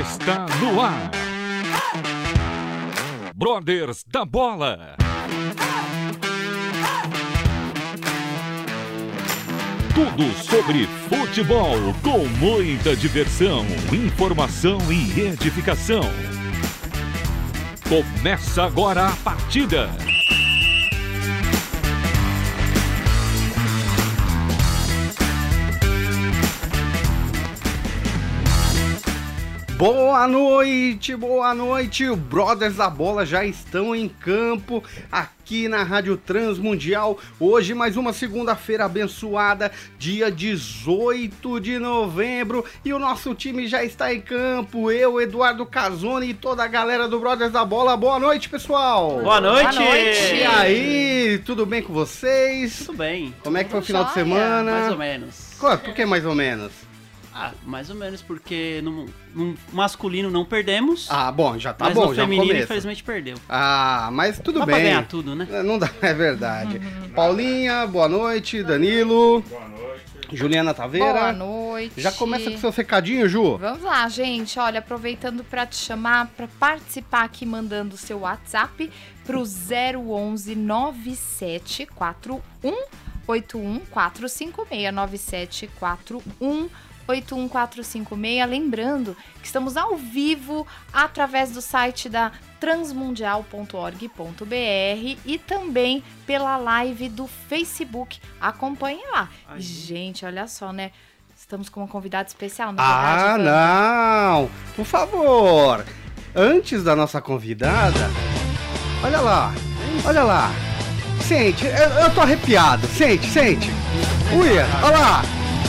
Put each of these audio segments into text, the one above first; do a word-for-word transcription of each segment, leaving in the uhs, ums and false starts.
está no ar. Brothers da Bola. Tudo sobre futebol com muita diversão, informação e edificação. Começa agora a partida. Boa noite, boa noite, o Brothers da Bola já estão em campo aqui na Rádio Transmundial. Hoje mais uma segunda-feira abençoada, dia dezoito de novembro, e o nosso time já está em campo, eu, Eduardo Casoni e toda a galera do Brothers da Bola. Boa noite, pessoal! Boa noite! Boa noite! E aí, tudo bem com vocês? Tudo bem. Como é que foi o final de semana? Mais ou menos. Por que mais ou menos? Ah, mais ou menos, porque no, no masculino não perdemos. Ah, bom, já tá mas bom, no já feminino, começa. Infelizmente, perdeu. Ah, mas tudo dá bem. Dá pra ganhar tudo, né? Não dá, é verdade. Uhum. Paulinha, boa noite. Danilo. Boa noite. Juliana Taveira. Boa noite. Já começa com seu recadinho, Ju? Vamos lá, gente. Olha, aproveitando para te chamar para participar aqui, mandando o seu WhatsApp pro zero onze nove sete quatro um oito um quatro cinco seis nove sete quatro um oito um quatro cinco seis. Lembrando que estamos ao vivo através do site da transmundial ponto org ponto br e também pela live do Facebook. Acompanhe lá. Ai. Gente, olha só, né? Estamos com uma convidada especial, na verdade. Ah, não! Por favor! Antes da nossa convidada, olha lá, olha lá. Sente, eu, eu tô arrepiado. Sente, sente. Uia, olha lá.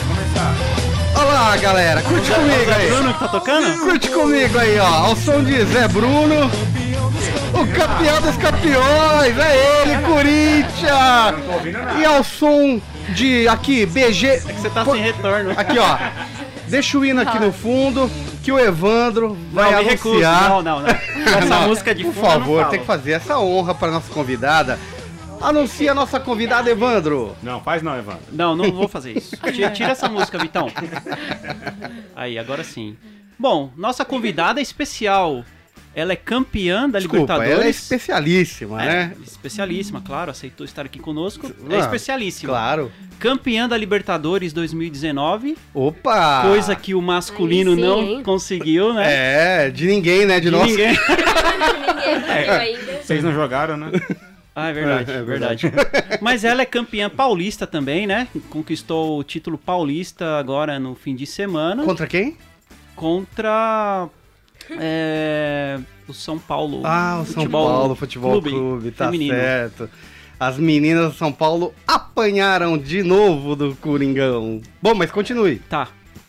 Olha lá, galera, curte comigo aí. Zé Bruno que tá tocando? Curte comigo aí, ó, ao som de Zé Bruno, o campeão dos campeões, é ele, Corinthians. E ao som de, aqui, B G... É que você tá sem retorno. Aqui, ó, deixa o hino aqui no fundo, que o Evandro vai não, anunciar. Não, não, não. Essa não, música de por fundo favor, tem que fazer essa honra para nossa convidada. Anuncia a nossa convidada, Evandro. Não, faz não, Evandro. Não, não vou fazer isso. Tira, tira essa música, Vitão. Aí, agora sim. Bom, nossa convidada é especial. Ela é campeã da Desculpa, Libertadores. Ela é especialíssima, é, né? Especialíssima, claro. Aceitou estar aqui conosco. Ah, é especialíssima. Claro. Campeã da Libertadores dois mil e dezenove. Opa! Coisa que o masculino sim, não hein? conseguiu, né? É, de ninguém, né? De, de nós. Ninguém. de ninguém é, ainda. Vocês não jogaram, né? Ah, é verdade, é, é verdade. Mas ela é campeã paulista também, né? Conquistou o título paulista agora no fim de semana. Contra quem? Contra é, o São Paulo. Ah, o São Futebol Paulo Futebol Clube, Clube tá feminino. Certo. As meninas do São Paulo apanharam de novo do Coringão. Bom, mas continue. Tá.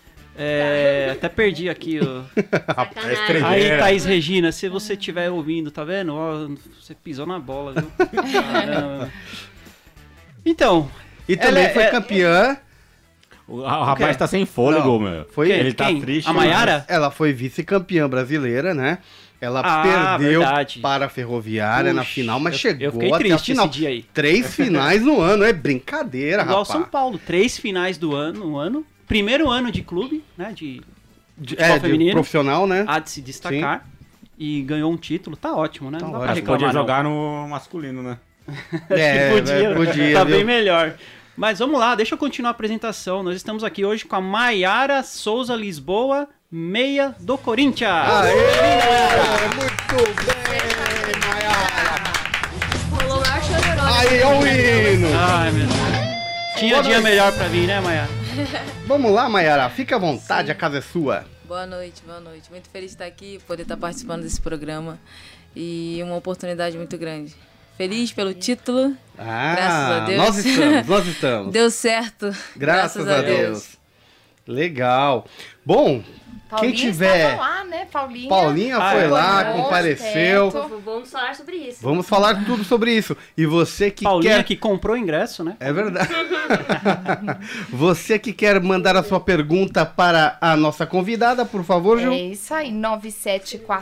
É, até perdi aqui o... Aí, Thaís Regina, se você estiver ouvindo, tá vendo? Ó, você pisou na bola, viu? Caramba. Então... E também foi é, campeã... O rapaz tá sem fôlego, não, meu. Foi ele quem? tá triste. A Maiara? Ela foi vice-campeã brasileira, né? Ela ah, perdeu verdade. para a Ferroviária Puxa, na final, mas eu, chegou eu fiquei até triste a final. Esse dia aí. Três finais no ano, é brincadeira, Igual rapaz. São Paulo, três finais do ano, no ano. Primeiro ano de clube, né? De, de, é, de profissional, né? Há de se destacar. Sim. E ganhou um título, tá ótimo, né? Tá não dá pra Acho que podia jogar no masculino, né? É, podia, é, podia. Tá viu? bem melhor. Mas vamos lá, deixa eu continuar a apresentação. Nós estamos aqui hoje com a Maiara Souza Lisboa, meia do Corinthians. Aê! Muito bem, Maiara! Rolou maior chororô. Aí, ó o hino! Ai, meu Deus. Tinha Boa dia noite. melhor pra vir, né, Maiara? Vamos lá, Maiara, fica à vontade, Sim. a casa é sua. Boa noite, boa noite. Muito feliz de estar aqui, poder estar participando desse programa e uma oportunidade muito grande. Feliz pelo título, ah, graças a Deus. Nós estamos, nós estamos. Deu certo, graças, graças a, a Deus. Deus. Legal. Bom, Paulinha quem tiver... lá, né, Paulinha? Paulinha ah, foi é, lá, é, compareceu. Vamos falar sobre isso. Vamos falar tudo sobre isso. E você que Paulinha quer... que comprou o ingresso, né? É verdade. Você que quer mandar a sua pergunta para a nossa convidada, por favor, Ju. É isso aí, nove sete quatro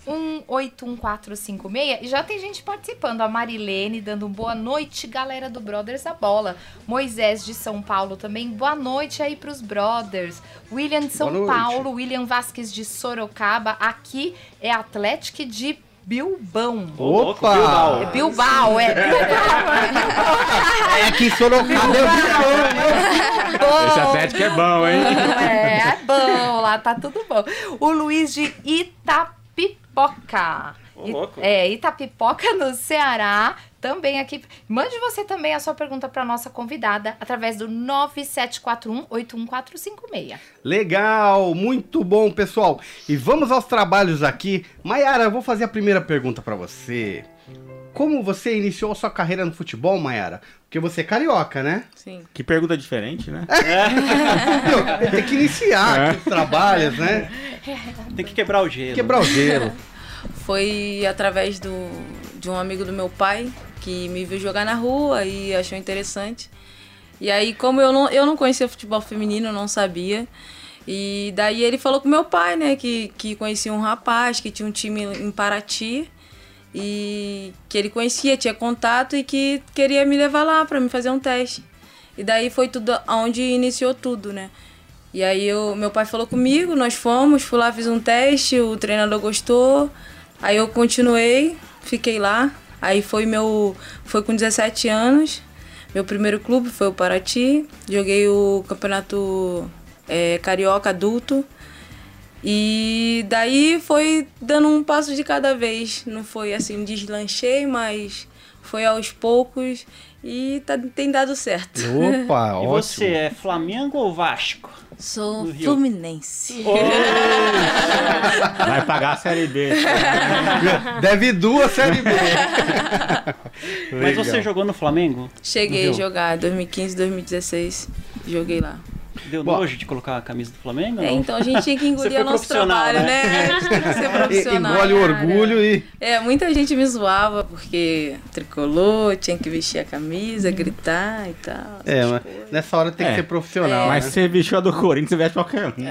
um oito um quatro cinco seis. E já tem gente participando. A Marilene dando boa noite, galera do Brothers da Bola. Moisés de São Paulo também. Boa noite aí pros Brothers. William de São Paulo. William Vasquez de Sorocaba. Aqui é Atlético de Bilbao. Opa! É Bilbao, é Bilbao. É aqui em Sorocaba. Esse Atlético é bom, hein? É, é bom, lá tá tudo bom. O Luiz de Itapipoca. Ô, louco. É, Itapipoca, no Ceará. Também aqui. Mande você também a sua pergunta para nossa convidada através do nove sete quatro um oito um quatro cinco seis. Legal, muito bom, pessoal. E vamos aos trabalhos aqui. Maiara, eu vou fazer a primeira pergunta para você. Como você iniciou a sua carreira no futebol, Maiara? Porque você é carioca, né? Sim. Que pergunta diferente, né? Meu, tem que iniciar É. aqui os trabalhos, né? Tem que quebrar o gelo. Quebrar o gelo. Foi através do, de um amigo do meu pai que me viu jogar na rua e achou interessante. E aí, como eu não, eu não conhecia futebol feminino, eu não sabia. E daí ele falou com meu pai, né, que, que conhecia um rapaz, que tinha um time em Paraty. E que ele conhecia, tinha contato e que queria me levar lá para me fazer um teste. E daí foi tudo onde iniciou tudo, né? E aí eu, meu pai falou comigo, nós fomos, fui lá, fiz um teste, o treinador gostou. Aí eu continuei, fiquei lá. Aí foi meu, foi com dezessete anos, meu primeiro clube foi o Paraty. Joguei o campeonato é, carioca adulto. E daí foi dando um passo de cada vez. Não foi assim, deslanchei, mas foi aos poucos e tá, tem dado certo. Opa, E ótimo. você é Flamengo ou Vasco? Sou No Rio. fluminense. Vai pagar a Série B. Deve duas Série B. Mas Legal. você jogou no Flamengo? Cheguei a Viu? jogar dois mil e quinze, dois mil e dezesseis. Joguei lá. Deu Bom. nojo de colocar a camisa do Flamengo? ou É, não? então a gente tinha que Você engolir foi o nosso profissional, trabalho, né? né? A gente tem que ser profissional. Engole o orgulho e... É, muita gente me zoava porque tricolor, tinha que vestir a camisa, gritar e tal. É, essas mas coisas. nessa hora tem que É. ser profissional, Mas né? se você vestiu a do Corinthians, você veste qualquer um.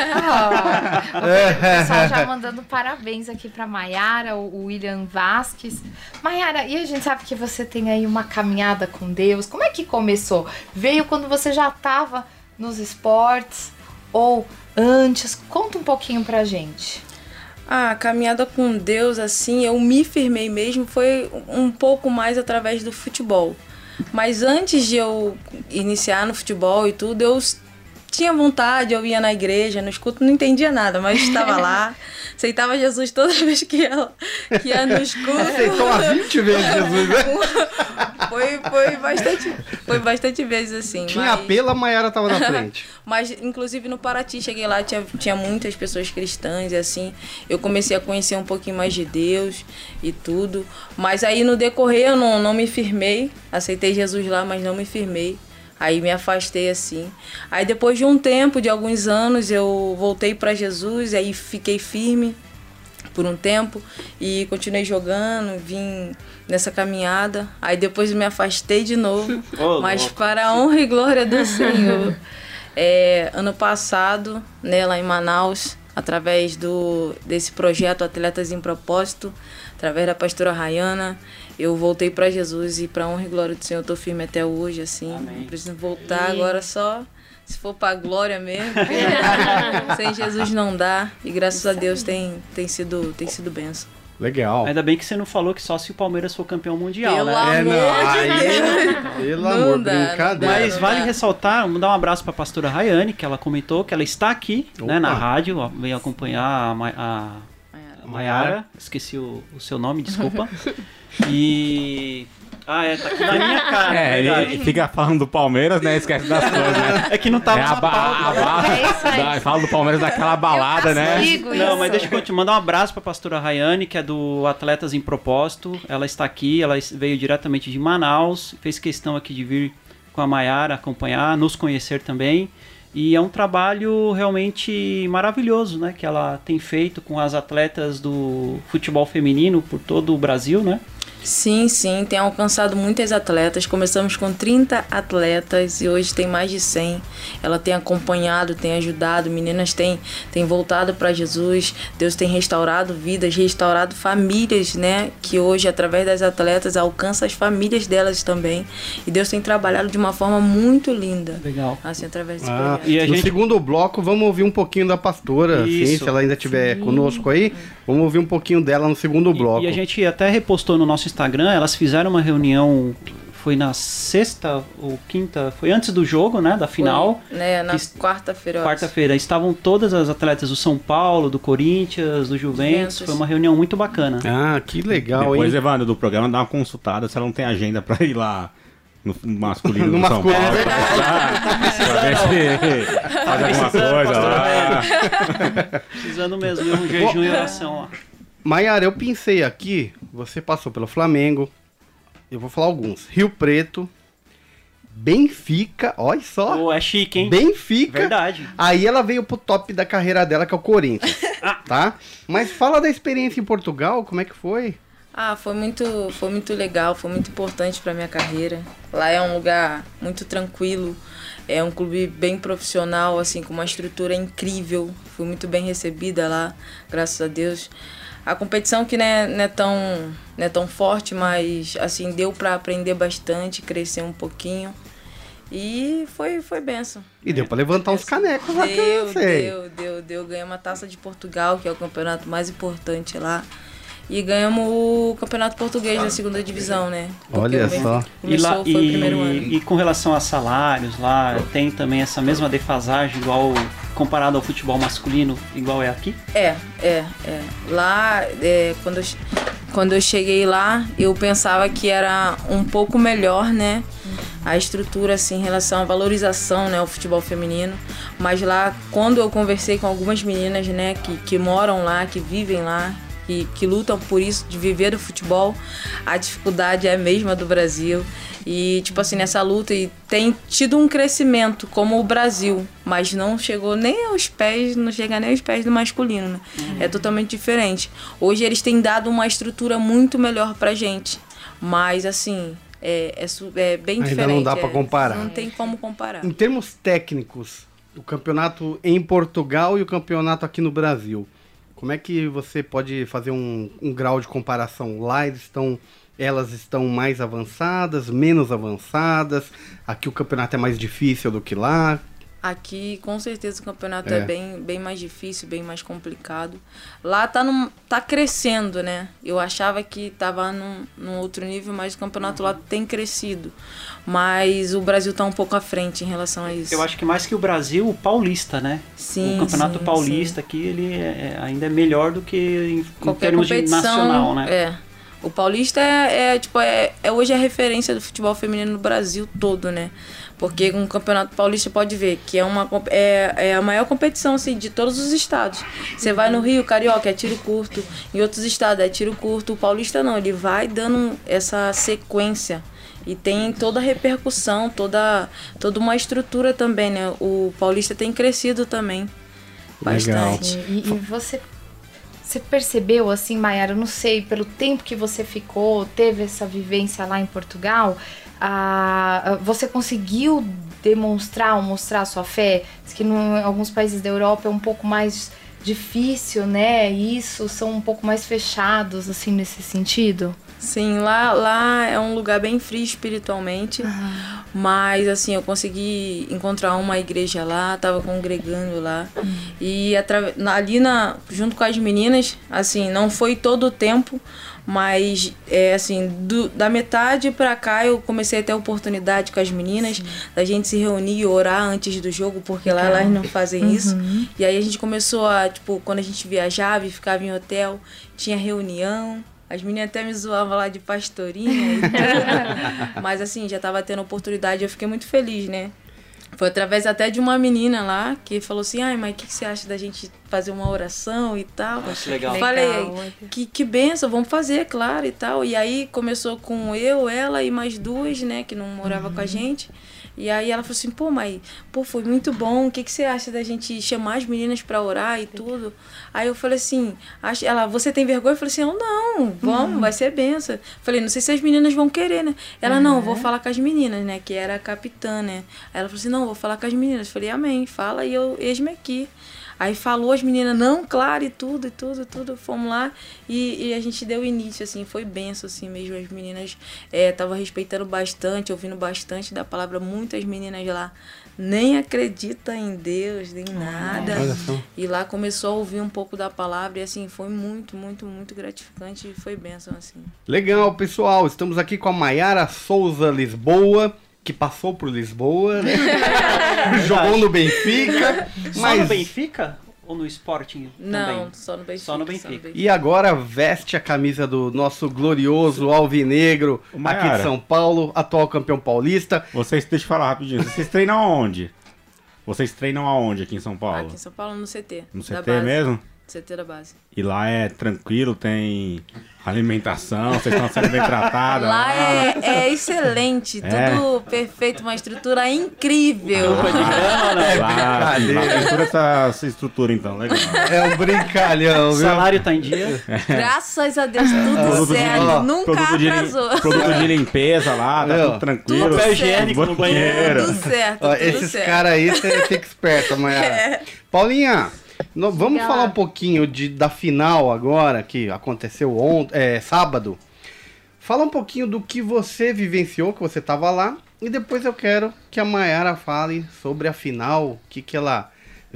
Ó, o pessoal já mandando parabéns aqui pra Maiara, o William Vasquez. Maiara, e a gente sabe que você tem aí uma caminhada com Deus. Como é que começou? Veio quando você já estava nos esportes ou antes? Conta um pouquinho pra gente. Ah, a caminhada com Deus, assim, eu me firmei mesmo, foi um pouco mais através do futebol. Mas antes de eu iniciar no futebol e tudo, eu tinha vontade, eu ia na igreja, no escuto, não entendia nada, mas estava lá, aceitava Jesus toda vez que ia, que ia no escuto. Aceitou a vinte vezes Jesus, né? Foi, foi, bastante, foi bastante vezes assim. Tinha mas... apelo, a Maiara tava na frente. Mas, inclusive, no Paraty, cheguei lá, tinha, tinha muitas pessoas cristãs e assim, eu comecei a conhecer um pouquinho mais de Deus e tudo. Mas aí, no decorrer, eu não, não me firmei. Aceitei Jesus lá, mas não me firmei. Aí me afastei assim. Aí, depois de um tempo, de alguns anos, eu voltei para Jesus, aí fiquei firme por um tempo e continuei jogando, vim nessa caminhada. Aí, depois me afastei de novo, Ô, mas louco. para a honra e glória do Senhor. É, ano passado, né, lá em Manaus, através do, desse projeto Atletas em Propósito, através da pastora Rayana, eu voltei para Jesus e para honra e glória do Senhor, eu tô firme até hoje, assim. Amém. Não preciso voltar agora só, se for para glória mesmo. Sem Jesus não dá. E graças a Deus tem, tem sido, tem sido bênção. Legal. Ainda bem que você não falou que só se o Palmeiras for campeão mundial, Pelo né? É, amor não, de aí, Deus. pelo Não amor, dá, brincadeira. Mas Não vale dá. ressaltar, mandar um abraço para a pastora Rayane, que ela comentou que ela está aqui, né, na Opa. rádio, ó, veio acompanhar a, Ma- a, a Maiara, esqueci o, o seu nome, desculpa. E... Ah, é, tá aqui na minha cara, É, é ele, verdade. ele fica falando do Palmeiras, né? Esquece das coisas, né? É que não tava É a na ba- a pauta. ba- É isso aí. da- Fala do Palmeiras daquela balada, Eu né? castigo Não, isso. mas deixa eu te mandar um abraço para a pastora Rayane, que é do Atletas em Propósito. Ela está aqui, ela veio diretamente de Manaus, fez questão aqui de vir com a Maiara acompanhar, nos conhecer também. E é um trabalho realmente maravilhoso, né? Que ela tem feito com as atletas do futebol feminino por todo o Brasil, né? Sim, sim, tem alcançado muitas atletas. Começamos com trinta atletas e hoje tem mais de cem. Ela tem acompanhado, tem ajudado, meninas têm, têm voltado para Jesus. Deus tem restaurado vidas, restaurado famílias, né? Que hoje, através das atletas, alcança as famílias delas também. E Deus tem trabalhado de uma forma muito linda. Legal. Assim, através desse Ah, projeto. E a no gente- segundo bloco, vamos ouvir um pouquinho da pastora, assim, Isso. se ela ainda estiver conosco aí. Vamos ouvir um pouquinho dela no segundo bloco. E, e a gente até repostou no nosso Instagram, elas fizeram uma reunião, foi na sexta ou quinta, foi antes do jogo, né, da final. Foi, né, na que- quarta-feira. eu acho. Quarta-feira, estavam todas as atletas do São Paulo, do Corinthians, do Juventus, Juventus. foi uma reunião muito bacana. Ah, que legal, Depois, hein? Evandro, do programa, dá uma consultada se ela não tem agenda pra ir lá no masculino No do São masculino. Paulo. Pra ver se faz alguma coisa lá. Precisando mesmo, um jejum e oração, ó. Maiara, eu pensei aqui, você passou pelo Flamengo, eu vou falar alguns. Rio Preto, Benfica, olha só. Pô, é chique, hein? Benfica. Verdade. Aí ela veio pro top da carreira dela, que é o Corinthians, tá? Mas fala da experiência em Portugal, como é que foi? Ah, foi muito, foi muito legal, foi muito importante para minha carreira. Lá é um lugar muito tranquilo, é um clube bem profissional, assim, com uma estrutura incrível. Fui muito bem recebida lá, graças a Deus. A competição que não é, não é tão, não é tão forte, mas assim, deu para aprender bastante, crescer um pouquinho. E foi, foi benção. E deu pra levantar uns canecos lá, que eu Deu, sei. deu, deu, deu. Ganhamos a Taça de Portugal, que é o campeonato mais importante lá. E ganhamos o Campeonato Português da segunda divisão, né? Porque Olha o Benfica só. E, lá, Começou, foi o e, primeiro ano. e com relação a salários, lá tem também essa mesma defasagem, igual comparado ao futebol masculino, igual é aqui? É, é, é. Lá, é, quando, eu, che- quando eu cheguei lá, eu pensava que era um pouco melhor, né? A estrutura, assim, em relação à valorização, né? Ao futebol feminino. Mas lá, quando eu conversei com algumas meninas, né? Que, que moram lá, que vivem lá, que, que lutam por isso, de viver do futebol, a dificuldade é a mesma do Brasil. E, tipo assim, nessa luta e tem tido um crescimento como o Brasil, mas não chegou nem aos pés, não chega nem aos pés do masculino, né? É totalmente diferente. Hoje eles têm dado uma estrutura muito melhor pra gente, mas assim, é, é, su- é bem Ainda diferente. não dá pra é- comparar. Não tem como comparar. Em termos técnicos, o campeonato em Portugal e o campeonato aqui no Brasil, como é que você pode fazer um, um grau de comparação? Lá eles estão, elas estão mais avançadas, menos avançadas? Aqui o campeonato é mais difícil do que lá? Aqui, com certeza, o campeonato é, É. bem, bem mais difícil, bem mais complicado. Lá tá, num, tá crescendo, né? Eu achava que tava num, num outro nível, mas o campeonato lá tem crescido. Mas o Brasil tá um pouco à frente em relação a isso. Eu acho que mais que o Brasil, o paulista, né? Sim, o campeonato sim, paulista aqui, ele é- é- ainda é melhor do que em, em Qualquer termos de competição, nacional, né? É. O paulista é, é, tipo, é, é hoje a referência do futebol feminino no Brasil todo, né? Porque um campeonato paulista pode ver que é, uma, comp- é, é a maior competição assim, de todos os estados. Você vai no Rio, Carioca, é tiro curto. Em outros estados é tiro curto. O paulista não, ele vai dando essa sequência. E tem toda a repercussão, toda, toda uma estrutura também, né? O paulista tem crescido também. Legal. Bastante. E, e você, você percebeu, assim, Maiara, eu não sei, pelo tempo que você ficou, teve essa vivência lá em Portugal, ah, você conseguiu demonstrar ou mostrar a sua fé? Diz que no, em alguns países da Europa é um pouco mais difícil, né? Isso, são um pouco mais fechados, assim, nesse sentido. Sim, lá, lá é um lugar bem frio espiritualmente, mas assim, eu consegui encontrar uma igreja lá, tava congregando lá, e atra- na- ali na, junto com as meninas, assim, não foi todo o tempo, mas é assim, do- da metade pra cá eu comecei a ter a oportunidade com as meninas, da gente se reunir e orar antes do jogo, porque lá Legal. elas não fazem isso, e aí a gente começou a, tipo, quando a gente viajava e ficava em hotel, tinha reunião. As meninas até me zoavam lá de pastorinha e tudo. Mas assim, já tava tendo oportunidade, eu fiquei muito feliz, né? Foi através até de uma menina lá que falou assim, ai, mas o que, que você acha da gente fazer uma oração e tal? Nossa, legal. Falei, Legal. que, que benção, vamos fazer, claro, e tal. E aí começou com eu, ela e mais duas, né, que não morava com a gente. E aí ela falou assim, pô, mãe, pô, foi muito bom, o que, que você acha da gente chamar as meninas pra orar e tudo? Aí eu falei assim, acho- ela, você tem vergonha? Eu falei assim, eu não, vamos, vai ser benção. Falei, não sei se as meninas vão querer, né? Ela, não, vou falar com as meninas, né, que era a capitã, né? Aí ela falou assim, não, vou falar com as meninas. Eu falei, amém, fala e eu, eis-me aqui. Aí falou as meninas, não, claro, e tudo, e tudo, e tudo, fomos lá e, e a gente deu início, assim, foi benção, assim, mesmo, as meninas estavam respeitando bastante, ouvindo bastante da palavra, muitas meninas lá nem acreditam em Deus, nem nada, Olha só. e lá começou a ouvir um pouco da palavra e, assim, foi muito, muito, muito gratificante e foi benção, assim. Legal, pessoal. Estamos aqui com a Maiara Souza Lisboa, que passou por Lisboa, né? Jogou no Benfica. Só mas... no Benfica ou no Sporting Não, também? só no Benfica. Só no Benfica. E agora veste a camisa do nosso glorioso alvinegro Ô, aqui Maiara. de São Paulo, atual campeão paulista. Vocês, deixa eu falar rapidinho. Vocês treinam aonde? Vocês treinam aonde aqui em São Paulo? Aqui em São Paulo, no C T. No da C T base. mesmo? C T da base. E lá é tranquilo, tem alimentação, vocês estão sendo bem tratadas. Lá é, é excelente, É. tudo perfeito, uma estrutura incrível. Roupa de grama, né? Lá, lá tem toda essa, essa estrutura, então, legal. É um brincalhão, O viu? salário tá em dia. Graças a Deus, tudo Produto de- certo. ó, Nunca Produto de, lim- atrasou. produto de limpeza lá, tá Meu, tudo tranquilo. tudo Papel higiênico no banheiro. Tudo certo, Ó, tudo esses certo. caras aí, você fica esperto, Maiara. Paulinha, no- vamos Diga falar lá. um pouquinho de, da final agora, que aconteceu ontem, é, sábado. Fala um pouquinho do que você vivenciou, que você estava lá, e depois eu quero que a Maiara fale sobre a final, o que, que ela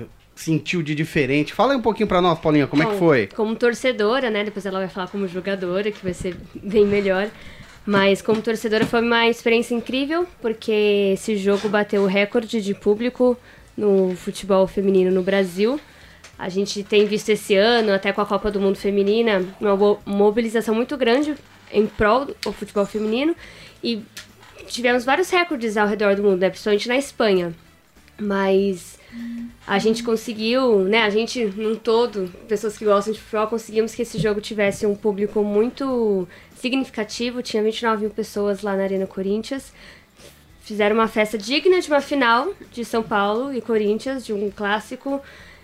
sentiu de diferente. Fala aí um pouquinho pra nós, Paulinha, como é que Bom, foi? Como torcedora, né? Depois ela vai falar como jogadora, que vai ser bem melhor. Mas como torcedora foi uma experiência incrível, porque esse jogo bateu o recorde de público no futebol feminino no Brasil. A gente tem visto esse ano, até com a Copa do Mundo Feminina, uma mo- mobilização muito grande em prol do futebol feminino. E tivemos vários recordes ao redor do mundo, né? Principalmente na Espanha. Mas a gente conseguiu, né? A gente, num todo, pessoas que gostam de futebol, conseguimos que esse jogo tivesse um público muito significativo. Tinha vinte e nove mil pessoas lá na Arena Corinthians. Fizeram uma festa digna de uma final de São Paulo e Corinthians, de um clássico.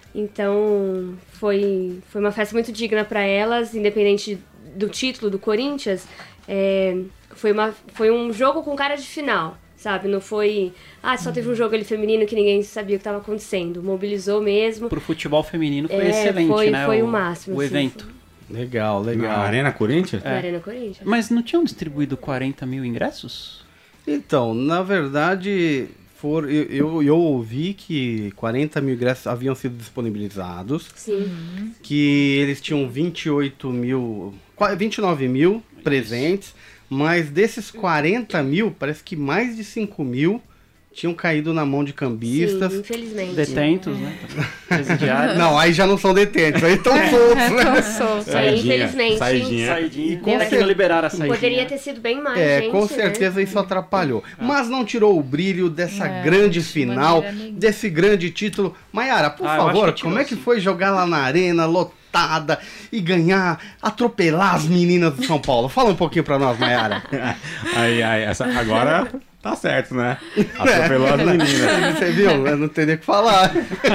Então, foi, foi uma festa muito digna para elas, independente do título do Corinthians. É, foi, uma, foi um jogo com cara de final, sabe? Não foi, ah, só teve um jogo ali feminino que ninguém sabia o que estava acontecendo. Mobilizou mesmo. Pro futebol feminino foi É, excelente, foi- né? foi o máximo, O assim, evento. Legal, legal. Na Arena Corinthians? Na Arena Corinthians. Mas não tinham distribuído quarenta mil ingressos? Então, na verdade, for, eu, eu, eu ouvi que quarenta mil ingressos haviam sido disponibilizados, Sim. que eles tinham vinte e oito mil, qua- vinte e nove mil presentes, mas desses quarenta mil, parece que mais de cinco mil tinham caído na mão de cambistas. Sim, infelizmente. Detentos, né? Presidiários. Não, aí já não são detentos, aí estão soltos, né? Tão solto. É, infelizmente. Saidinha. Saidinha. E com É que certeza- não liberaram a saidinha. Poderia ter sido bem mais, É, gente, com né? certeza isso atrapalhou. Mas não tirou o brilho dessa É, grande de final, maneira nenhuma. desse grande título. Maiara, por Ah, eu acho favor, que tirou, como é que sim. foi jogar lá na arena, lotada, e ganhar, atropelar as meninas do São Paulo? Fala um pouquinho pra nós, Maiara. Aí, aí, essa, agora tá certo, né? Atropelou as meninas. Você viu? Eu não tenho nem o que falar.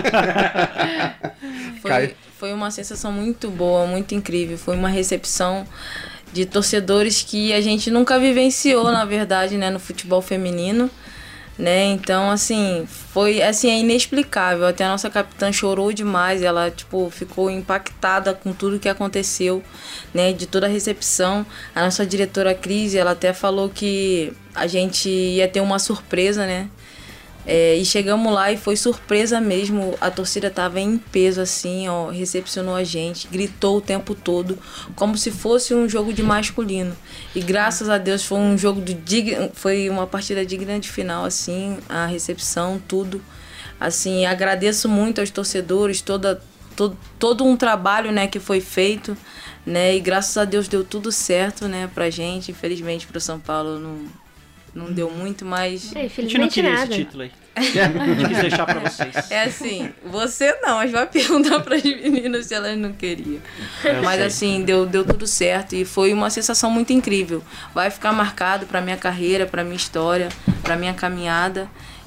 Cai. Foi, foi uma sensação muito boa, muito incrível. Foi uma recepção de torcedores que a gente nunca vivenciou, na verdade, né, no futebol feminino, né? Então, assim, foi assim, é inexplicável. Até a nossa capitã chorou demais, ela tipo ficou impactada com tudo que aconteceu, né, de toda a recepção. A nossa diretora Cris, ela até falou que a gente ia ter uma surpresa, né? É, e chegamos lá e foi surpresa mesmo, a torcida tava em peso assim, ó, recepcionou a gente, gritou o tempo todo, como se fosse um jogo de masculino. E graças a Deus foi um jogo do dig... foi uma partida digna de final, assim, a recepção, tudo. Assim, agradeço muito aos torcedores, toda, todo, todo um trabalho, né, que foi feito, né, e graças a Deus deu tudo certo, né, pra gente. Infelizmente pro São Paulo não... Não deu muito, mas... É, A gente não infelizmente queria nada. esse título aí. A gente quis deixar pra vocês. É assim, você não, mas vai perguntar pras meninas se elas não queriam. Eu Mas sei. assim, deu, deu tudo certo e foi uma sensação muito incrível. Vai ficar marcado pra minha carreira, pra minha história, pra minha caminhada.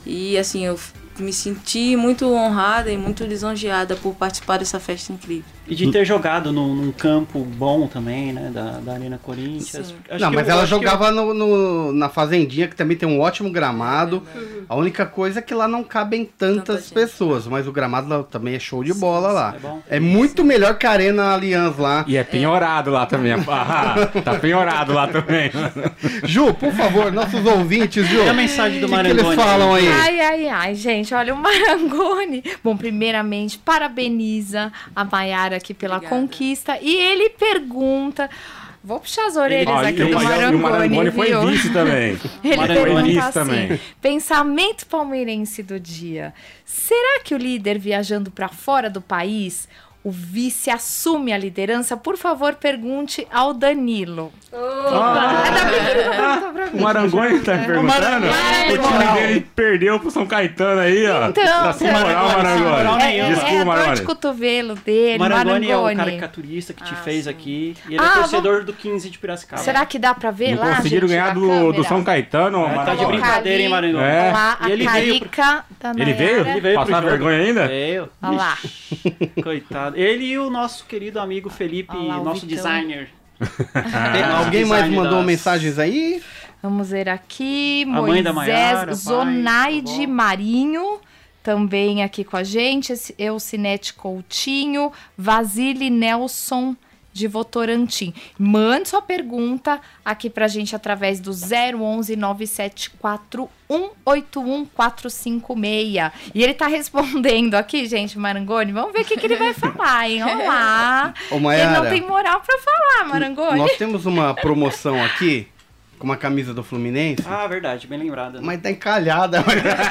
E assim, eu me senti muito honrada e muito lisonjeada por participar dessa festa incrível. E de ter jogado num, num campo bom também, né, da, da Arena Corinthians. Acho não, que mas eu, ela acho que jogava no, no- na Fazendinha, que também tem um ótimo gramado. A única coisa é que lá não cabem tantas Tanta gente. pessoas, mas o gramado lá também é show de bola lá. é bom. É muito melhor que a Arena Allianz lá. E é penhorado lá também. Ah, tá penhorado lá também. Ju, por favor, nossos ouvintes, Ju. E a mensagem do O que, que Marangoni? eles falam aí? Ai, ai, ai, gente, olha, o Marangoni. Bom, primeiramente, parabeniza a Maiara aqui pela Obrigada. conquista. E ele pergunta. Vou puxar as orelhas Ó, aqui e o- do e o Marangoni, Marangoni foi viu? vice também. Ele Marangoni pergunta vice assim, também. pensamento palmeirense do dia. Será que o líder viajando para fora do país, o vice assume a liderança? Por favor, pergunte ao Danilo. Ah, É da pergunta pra mim. o Marangoni tá me perguntando. Marangoni. O time dele perdeu pro São Caetano aí, ó. Então, tá sem moral, sem moral Marangoni. nenhuma. É, é Desculpa, a dor de Marangoni. cotovelo dele, O Marangoni, é o Marangoni. caricaturista que te Ah, fez sim. aqui. E ele Ah, é torcedor do quinze de Piracicaba. Será que dá pra ver Não lá, conseguiram gente, ganhar na do, câmera? do São Caetano, É, tá de Marangoni. brincadeira, hein, Marangoni? É. Olha lá, a E ele veio pro- carica da Ele Nayara. veio? Ele veio pro Passar jogo. vergonha ainda? Veio. Olha lá. Ixi, coitado. Ele e o nosso querido amigo Felipe, Olha lá, o nosso Vitão. designer. Alguém mais Design mandou das- mensagens aí? Vamos ver aqui. A mãe da Moisés Maiara, pai, Zonaide avó. Marinho. Também aqui com a gente. Eucinete Coutinho. Vasile Nelson de Votorantim. Mande sua pergunta aqui pra gente através do zero onze nove sete quatro um oito um quatro cinco seis. E ele tá respondendo aqui, gente, Marangoni. Vamos ver o que, que ele vai falar, hein? Olá. Ô, Ele Maiara, não tem moral pra falar, Marangoni. nós temos uma promoção aqui com uma camisa do Fluminense, Ah, verdade, bem lembrado. Né? mas tá encalhada.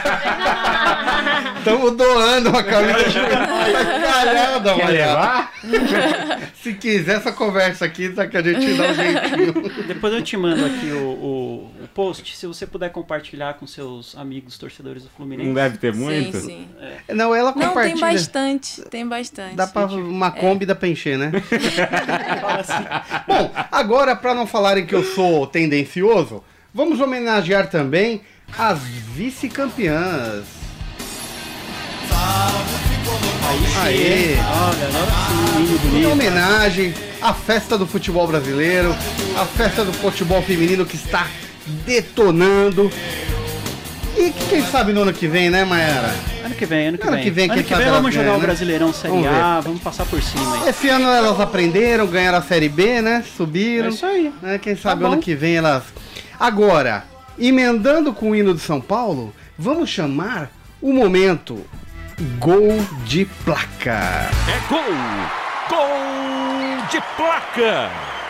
Estamos doando uma camisa. Tá encalhada, Quer Maiara. levar? Se quiser essa conversa aqui, só que a gente dá um jeitinho. Depois eu te mando aqui o, o, o post, se você puder compartilhar com seus amigos torcedores do Fluminense. Não deve ter muito? Sim, sim. Não, ela Não, compartilha. tem bastante, tem bastante. Dá pra uma Kombi, dá pra encher, né? Fala assim. Bom, agora, pra não falarem que eu sou tendencioso, vamos homenagear também as vice-campeãs. Aê! Olha, agora sim, menino Em bonito. homenagem à festa do futebol brasileiro, a festa do futebol feminino que está detonando. E que, quem sabe no ano que vem, né, Mayara? Ano que vem, ano que Ano vem. que vem, ano quem que sabe vem vamos elas jogar ganham, o né? Brasileirão Série Vamos A, vamos passar por cima aí. Esse ano elas aprenderam, ganharam a Série B, né? Subiram. É isso aí. Né? Quem sabe Tá bom. ano que vem elas... Agora, emendando com o hino de São Paulo, vamos chamar o momento Gol de Placa. É gol! Gol de placa!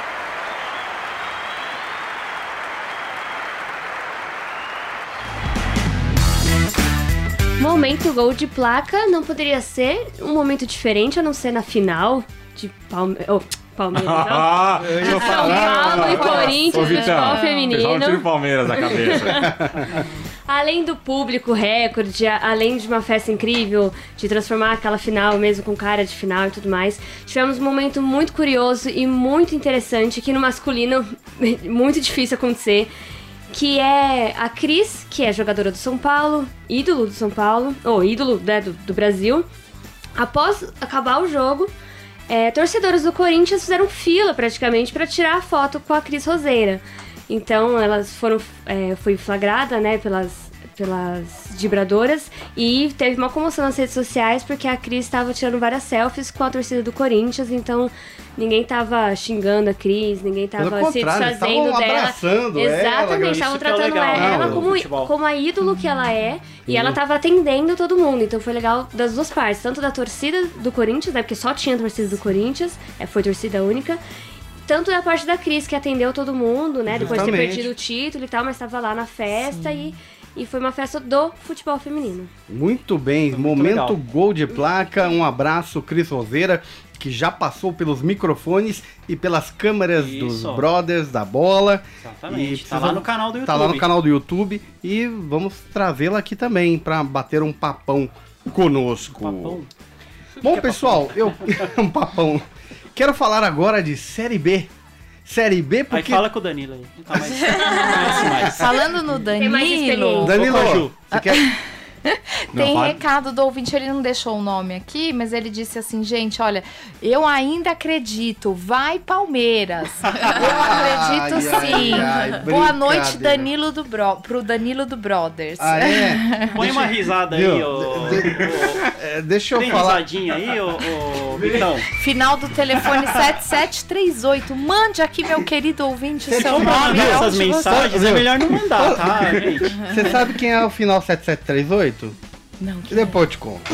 Momento gol de placa não poderia ser um momento diferente, a não ser na final de Palme... oh, Palmeiras. ó. Ah, eu São Paulo e Corinthians, Ô, Vitão, futebol pessoal, tira o feminino. Palmeiras da cabeça. Além do público recorde, a- além de uma festa incrível, de transformar aquela final mesmo com cara de final e tudo mais, tivemos um momento muito curioso e muito interessante que no masculino, muito difícil acontecer, que é a Cris, que é jogadora do São Paulo, ídolo do São Paulo, ou ídolo, né, do, do Brasil. Após acabar o jogo, é, torcedores do Corinthians fizeram fila praticamente para tirar a foto com a Cris Roseira. Então elas foram, é, foi flagrada, né, pelas, pelas vibradoras e teve uma comoção nas redes sociais porque a Cris estava tirando várias selfies com a torcida do Corinthians, então ninguém tava xingando a Cris, ninguém tava Pelo se contrário, desfazendo estavam dela. abraçando ela, Exatamente, isso estavam que é o tratando legal, ela né, como, do futebol. como a ídolo que ela é e ela tava atendendo todo mundo, então foi legal das duas partes, tanto da torcida do Corinthians, né, porque só tinha torcida do Corinthians, é, foi torcida única, tanto da parte da Cris, que atendeu todo mundo, né? Depois de ter Justamente. perdido o título e tal, mas estava lá na festa e, e foi uma festa do futebol feminino. Muito bem, Foi muito momento legal. Gol de Placa. Um abraço, Cris Roseira, que já passou pelos microfones e pelas câmeras dos Isso. Brothers da Bola. Exatamente. E Tá precisa- lá no canal do YouTube. Tá lá no canal do YouTube e vamos trazê-la aqui também para bater um papão conosco. Papão. Bom, Que é pessoal, eu um papão. Quero falar agora de Série B. Série B Aí porque fala com o Danilo aí. Não tá mais. Não conhece mais. Falando no Tem mais Danilo, experiência. Danilo, Ô, Ju. você quer, Tem fala- recado do ouvinte, ele não deixou o nome aqui, mas ele disse assim, gente, olha, eu ainda acredito, vai Palmeiras. Eu acredito Ai, sim. ai, ai, Boa noite, brincadeira. Danilo do Bro, pro Danilo do Brothers. Ah, é? Põe uma risada aí, Viu? ô. De- ô- É, deixa eu Tem falar. risadinha aí, ô, ô Vitão? Final do telefone sete sete três oito. Mande aqui, meu querido ouvinte, o seu Como nome. mandar onde essas você- mensagens, é melhor não mandar, tá, gente? Você sabe quem é o final sete sete três oito? Não, Depois eu te conto.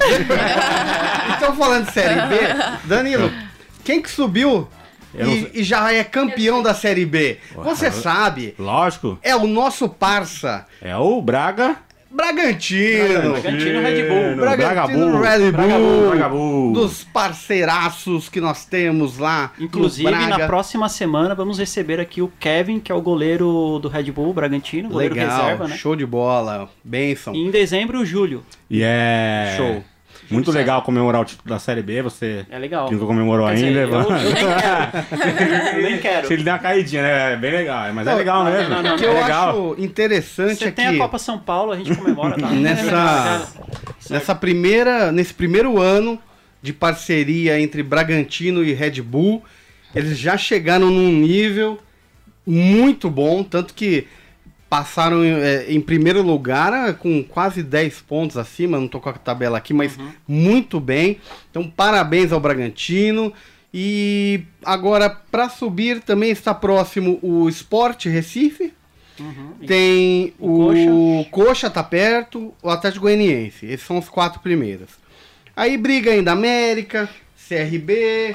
Então, falando de Série B, Danilo, quem que subiu Eu não e, e já é campeão da Série B? Você sabe, Lógico. é o nosso parça, É o Braga. Bragantino. Bragantino Red Bull. Bragantino Bragabu. Red Bull, Bragabu. dos parceiraços que nós temos lá. no Inclusive, Braga. na próxima semana, vamos receber aqui o Kevin, que é o goleiro do Red Bull Bragantino, goleiro Legal, reserva, né? show de bola, benção. E em dezembro, o Júlio. E é. Show. Muito Júlio legal comemorar o título da Série B. Você É legal. que nunca comemorou Quer ainda. dizer, eu, vamos- eu nem quero. Eu nem quero. Se ele der uma caidinha, né? É bem legal. Mas é legal não, mesmo. não, não, O que é eu legal. acho interessante Você é tem a que Copa São Paulo, a gente comemora, tá? nessa, nessa primeira, nesse primeiro ano de parceria entre Bragantino e Red Bull, eles já chegaram num nível muito bom, tanto que passaram é, em primeiro lugar é, com quase dez pontos acima, não tô com a tabela aqui, mas muito bem. Então, parabéns ao Bragantino. E agora, para subir, também está próximo o Sport Recife. Uhum. Tem o o, Coxa tá perto, o Atlético Goianiense. Esses são os quatro primeiros. Aí briga ainda América, C R B,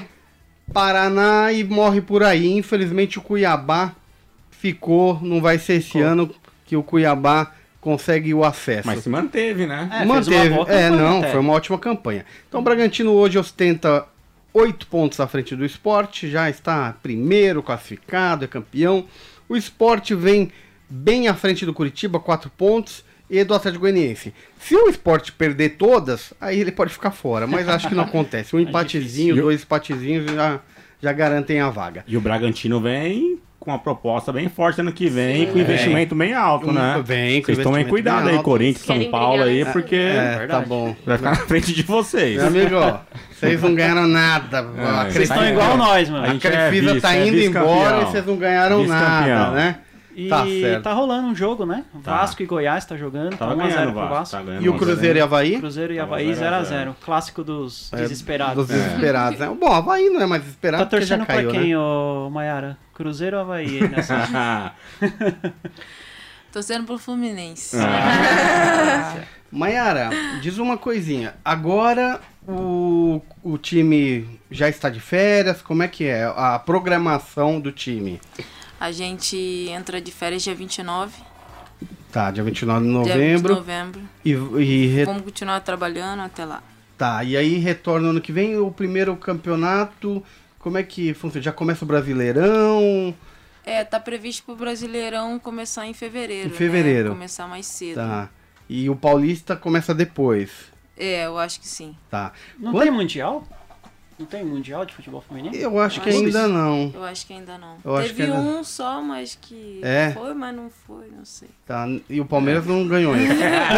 Paraná e morre por aí. Infelizmente o Cuiabá ficou, não vai ser esse Ficou. ano que o Cuiabá consegue o acesso. Mas se manteve, né? É, fez Manteve. uma boa É, campanha não, até. foi uma ótima campanha. Então o Bragantino hoje ostenta oito pontos à frente do Sport, já está primeiro classificado, é campeão. O Sport vem bem à frente do Curitiba, quatro pontos, e do Atlético Goianiense. Se o Sport perder todas, aí ele pode ficar fora, mas acho que não acontece. Um empatezinho, difícil. dois empatezinhos já, já garantem a vaga. E o Bragantino vem com uma proposta bem forte ano que vem, com investimento bem alto, né? Vem com Vocês tomem investimento cuidado bem aí, alto. Corinthians, São Querem Paulo brigar, aí, né? porque É, tá verdade. bom. vai ficar na frente de vocês. Meu amigo, ó, vocês não ganharam nada. A vocês Vocês estão Tá igual igual. nós, mano. A A gente é Crefisa vice, tá é indo vice-campeão. embora e vocês não ganharam Vice-campeão. nada, né? E Tá certo. tá rolando um jogo, né? Tá. Vasco e Goiás tá jogando, tá Tava um a zero ganhando pro o Vasco. Vasco. tá ganhando E o um a Cruzeiro e zero. Avaí? Cruzeiro e Tava Avaí zero a zero a zero. zero. Clássico dos É, desesperados. Dos desesperados, né? Bom, Avaí não é mais desesperado Tá porque já torcendo caiu, pra quem, né? ô Maiara? Cruzeiro ou Avaí aí nessa? Torcendo pro Fluminense. Ah, Maiara, diz uma coisinha. Agora o, o time já está de férias, como é que é a programação do time? A gente entra de férias dia vinte e nove Tá, dia vinte e nove de dia vinte de novembro. novembro. E, e re- Vamos continuar trabalhando até lá. tá, e aí retorna ano que vem o primeiro campeonato. Como é que funciona? Já começa o Brasileirão? É, tá previsto pro Brasileirão começar em fevereiro. Em fevereiro. Né? Começar mais cedo. Tá. E o Paulista começa depois. É, eu acho que sim. Tá. Não Quando- tem mundial? Não tem mundial de futebol feminino? Eu acho Eu que acho ainda que- não. Eu acho que ainda não. Eu acho Teve que ainda- um só, mas que É? foi, mas não foi, não sei. Tá. E o Palmeiras não ganhou ainda.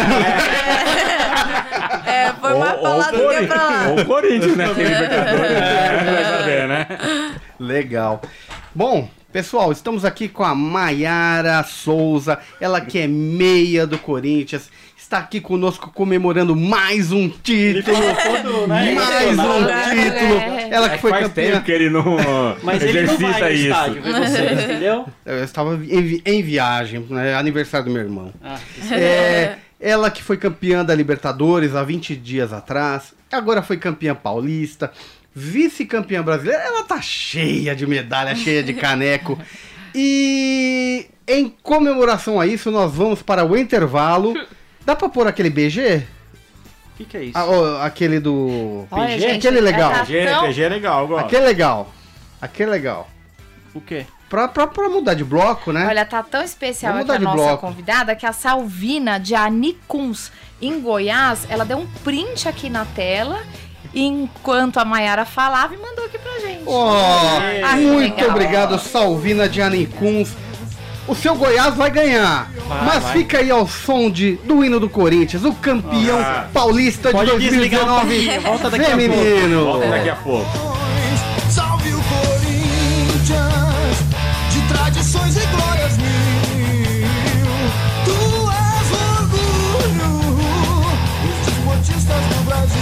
É, foi Ou- mais pra ou lá do que Corinthians. pra lá. Ou o Corinthians, né? Tem Libertadores, né? Vai saber, né? Legal. Bom, pessoal, estamos aqui com a Maiara Souza, ela que é meia do Corinthians, está aqui conosco comemorando mais um título. Todo, né? Mais um Emocionado. título. É. Ela É que que foi faz campeã. tempo que ele não Mas ele não exercita vai no isso. estádio ver vocês, entendeu? Eu estava em, vi- em viagem, né? Aniversário do meu irmão. Ah, É, ela que foi campeã da Libertadores há vinte dias atrás, agora foi campeã paulista, vice-campeã brasileira, ela tá cheia de medalha, cheia de caneco. E em comemoração a isso, nós vamos para o intervalo. Dá pra pôr aquele B G? o que, que é isso? Ah, ó, aquele do... Olha, P G? gente, Aquele legal. tá P G, tão- P G é legal, eu gosto. Aquele legal. Aquele legal. O quê? Pra, pra, pra mudar de bloco, né? Olha, tá tão especial Vamos aqui a mudar de nossa bloco. convidada que a Salvina de Anicuns, em Goiás, ela deu um print aqui na tela enquanto a Maiara falava e mandou aqui pra gente. Ó, Ah, que muito legal. obrigado, Salvina de Anicuns. O seu Goiás vai ganhar. Vai, Mas vai. fica aí ao som de, do hino do Corinthians, o campeão Ah. paulista de Pode dois mil e desligar um dezenove pouquinho, volta daqui a pouco. feminino. Volta daqui a pouco. Salve o Corinthians, de tradições e glórias mil. Tu és orgulho dos desportistas do Brasil.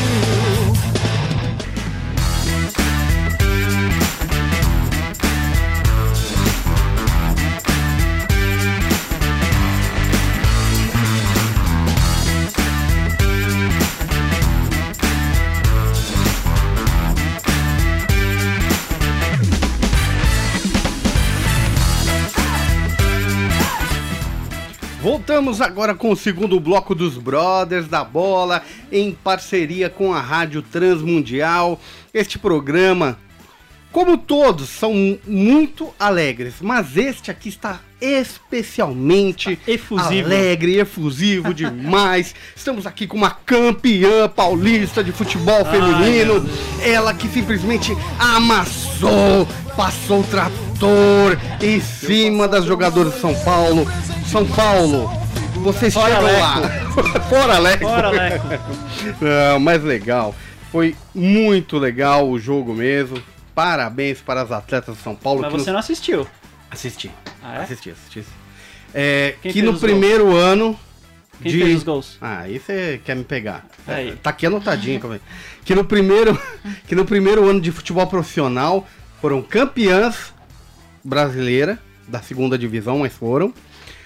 Voltamos agora com o segundo bloco dos Brothers da Bola, em parceria com a Rádio Transmundial. Este programa, como todos, são muito alegres, mas este aqui está especialmente Efusivo. alegre, efusivo demais. Estamos aqui com uma campeã paulista de futebol feminino, ela que simplesmente amassou, passou o trator em cima das jogadoras de São Paulo. São Paulo, vocês Fora chegam lá. Fora Leco. Fora, Leco. Não, mas legal. Foi muito legal o jogo mesmo. Parabéns para as atletas de São Paulo. Mas que você nos... não assistiu. Assisti. Ah, é? Assisti, assisti. É, Quem que fez no os primeiro ano Quem de... fez os gols? Ah, aí você quer me pegar. Aí. Tá aqui anotadinho. Como é. Que no primeiro que no primeiro ano de futebol profissional foram campeãs brasileiras da segunda divisão, mas foram.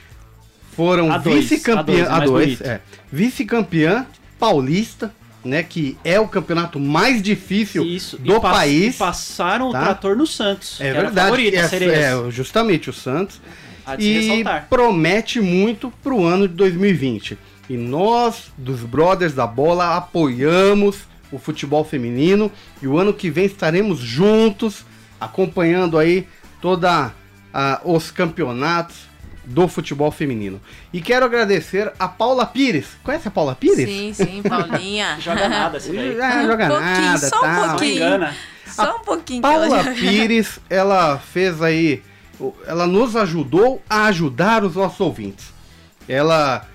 Foram A dois, vice-campeã, A dois, é a mais dois, bonito. é, vice-campeã paulista, né, que é o campeonato mais difícil Isso. do e pass- país. E passaram tá? o trator no Santos. É que era verdade, favorito, é, a Sereias. é justamente o Santos. Há de se E ressaltar. promete muito pro ano de dois mil e vinte. E nós, dos Brothers da Bola, apoiamos o futebol feminino. E o ano que vem estaremos juntos, acompanhando aí toda ah, os campeonatos do futebol feminino. E quero agradecer a Paula Pires. Conhece a Paula Pires? Sim, sim, Paulinha. Joga nada esse daí. Ah, joga Um pouquinho, nada, só um tal. Não pouquinho. engana. Só um pouquinho que ela Paula já... Pires, ela fez aí, ela nos ajudou a ajudar os nossos ouvintes. Ela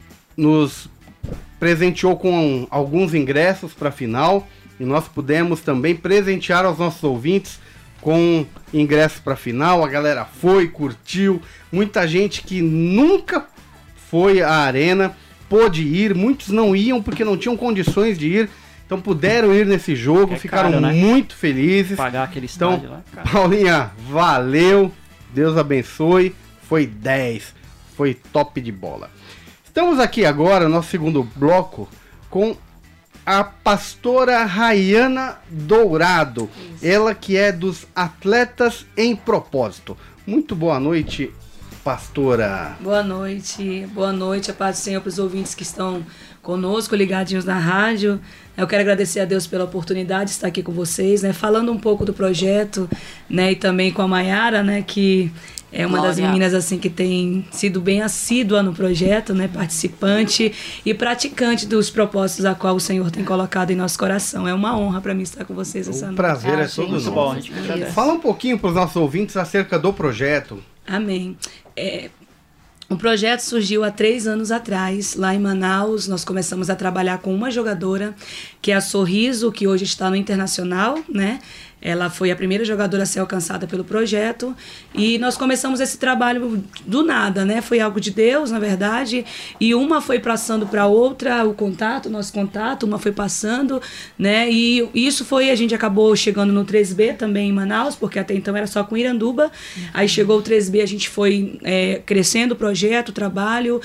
nos presenteou com alguns ingressos para a final e nós pudemos também presentear aos nossos ouvintes com ingressos para a final. A galera foi, curtiu, muita gente que nunca foi à arena pôde ir, muitos não iam porque não tinham condições de ir, então puderam ir nesse jogo, É ficaram caro, né? muito felizes. Pagar aquele Então, estádio lá, cara. Paulinha, valeu, Deus abençoe, foi dez, foi top de bola. Estamos aqui agora, nosso segundo bloco, com a pastora Rayana Dourado, ela que é dos Atletas em Propósito. Muito boa noite, pastora. Boa noite, boa noite, a paz do Senhor para os ouvintes que estão conosco, ligadinhos na rádio. Eu quero agradecer a Deus pela oportunidade de estar aqui com vocês, né, falando um pouco do projeto, né, e também com a Mayara, né, que é uma das Glória. meninas assim que tem sido bem assídua no projeto, né, participante e praticante dos propósitos a qual o Senhor tem colocado em nosso coração. É uma honra para mim estar com vocês essa O noite. prazer Ah, é todo gente, Muito bom, a nosso. gente que agradece. Fala um pouquinho para os nossos ouvintes acerca do projeto. Amém. É, o projeto surgiu há três anos atrás, lá em Manaus. Nós começamos a trabalhar com uma jogadora, que é a Sorriso, que hoje está no Internacional, né? Ela foi a primeira jogadora a ser alcançada pelo projeto e nós começamos esse trabalho do nada, né? Foi algo de Deus, na verdade, e uma foi passando para outra o contato, o nosso contato, uma foi passando, né? E isso foi, a gente acabou chegando no três B também em Manaus, porque até então era só com Iranduba. Aí chegou o três B, a gente foi é, crescendo o projeto, o trabalho,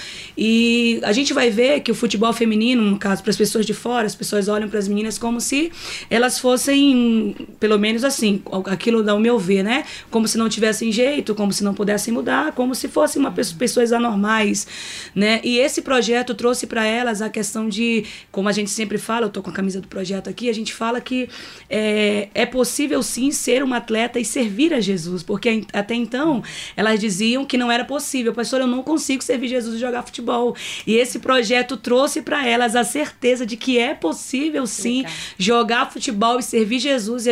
e a gente vai ver que o futebol feminino, no caso, para as pessoas de fora, as pessoas olham para as meninas como se elas fossem, pelo menos assim, aquilo ao meu ver, né? Como se não tivessem jeito, como se não pudessem mudar, como se fossem uma pessoa, pessoas anormais, né? E esse projeto trouxe para elas a questão de, como a gente sempre fala, eu tô com a camisa do projeto aqui, a gente fala que é, é possível sim ser uma atleta e servir a Jesus, porque até então elas diziam que não era possível. Pastor, eu não consigo servir Jesus e jogar futebol. E esse projeto trouxe para elas a certeza de que é possível sim jogar futebol e servir Jesus, e a gente trabalha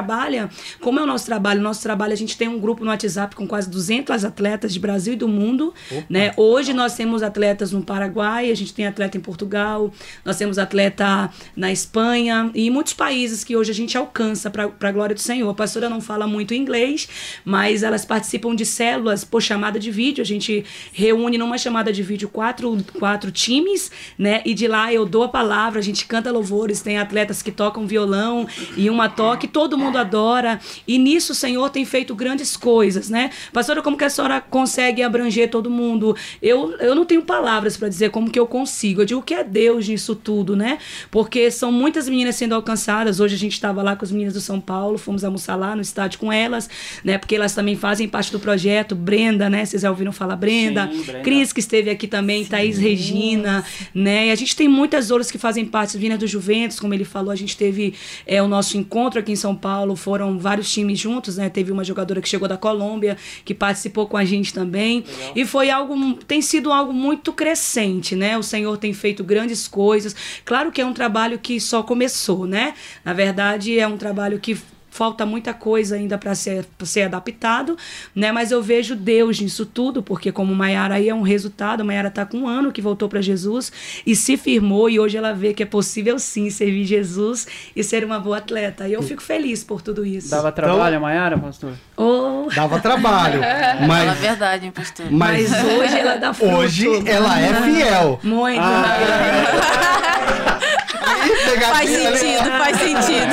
trabalha, como é o nosso trabalho? O nosso trabalho, a gente tem um grupo no WhatsApp com quase duzentos atletas de Brasil e do mundo, né? Hoje nós temos atletas no Paraguai, a gente tem atleta em Portugal, nós temos atleta na Espanha e em muitos países que hoje a gente alcança para a glória do Senhor. A pastora não fala muito inglês, mas elas participam de células por chamada de vídeo. A gente reúne numa chamada de vídeo quatro, quatro times, né? E de lá eu dou a palavra, a gente canta louvores, tem atletas que tocam violão e uma toca, e todo mundo adora. E nisso o Senhor tem feito grandes coisas, né? Pastora, como que a senhora consegue abranger todo mundo? Eu, eu não tenho palavras para dizer como que eu consigo. Eu digo que é Deus nisso tudo, né? Porque são muitas meninas sendo alcançadas. Hoje a gente estava lá com as meninas do São Paulo, fomos almoçar lá no estádio com elas, né? Porque elas também fazem parte do projeto. Brenda, né? Vocês já ouviram falar Brenda? Sim, Brenda. Cris, que esteve aqui também, Sim. Thaís Regina, né? E a gente tem muitas outras que fazem parte, as meninas do Juventus, como ele falou, a gente teve é, o nosso encontro aqui em São Paulo, foram vários times juntos, né? Teve uma jogadora que chegou da Colômbia, que participou com a gente também. Legal. E foi algo, tem sido algo muito crescente, né? O Senhor tem feito grandes coisas. Claro que é um trabalho que só começou, né? Na verdade, é um trabalho que falta muita coisa ainda para ser, pra ser adaptado, né? Mas eu vejo Deus nisso tudo, porque como Maiara aí é um resultado, a Maiara está com um ano que voltou para Jesus e se firmou, e hoje ela vê que é possível sim servir Jesus e ser uma boa atleta. E eu fico feliz por tudo isso. Dava trabalho a Maiara, pastor? Oh. Dava trabalho. Mas... Fala a verdade, hein, pastor? Mas, mas hoje ela dá fruto. Hoje ela é fiel. Muito. Ah. Faz sentido, faz sentido.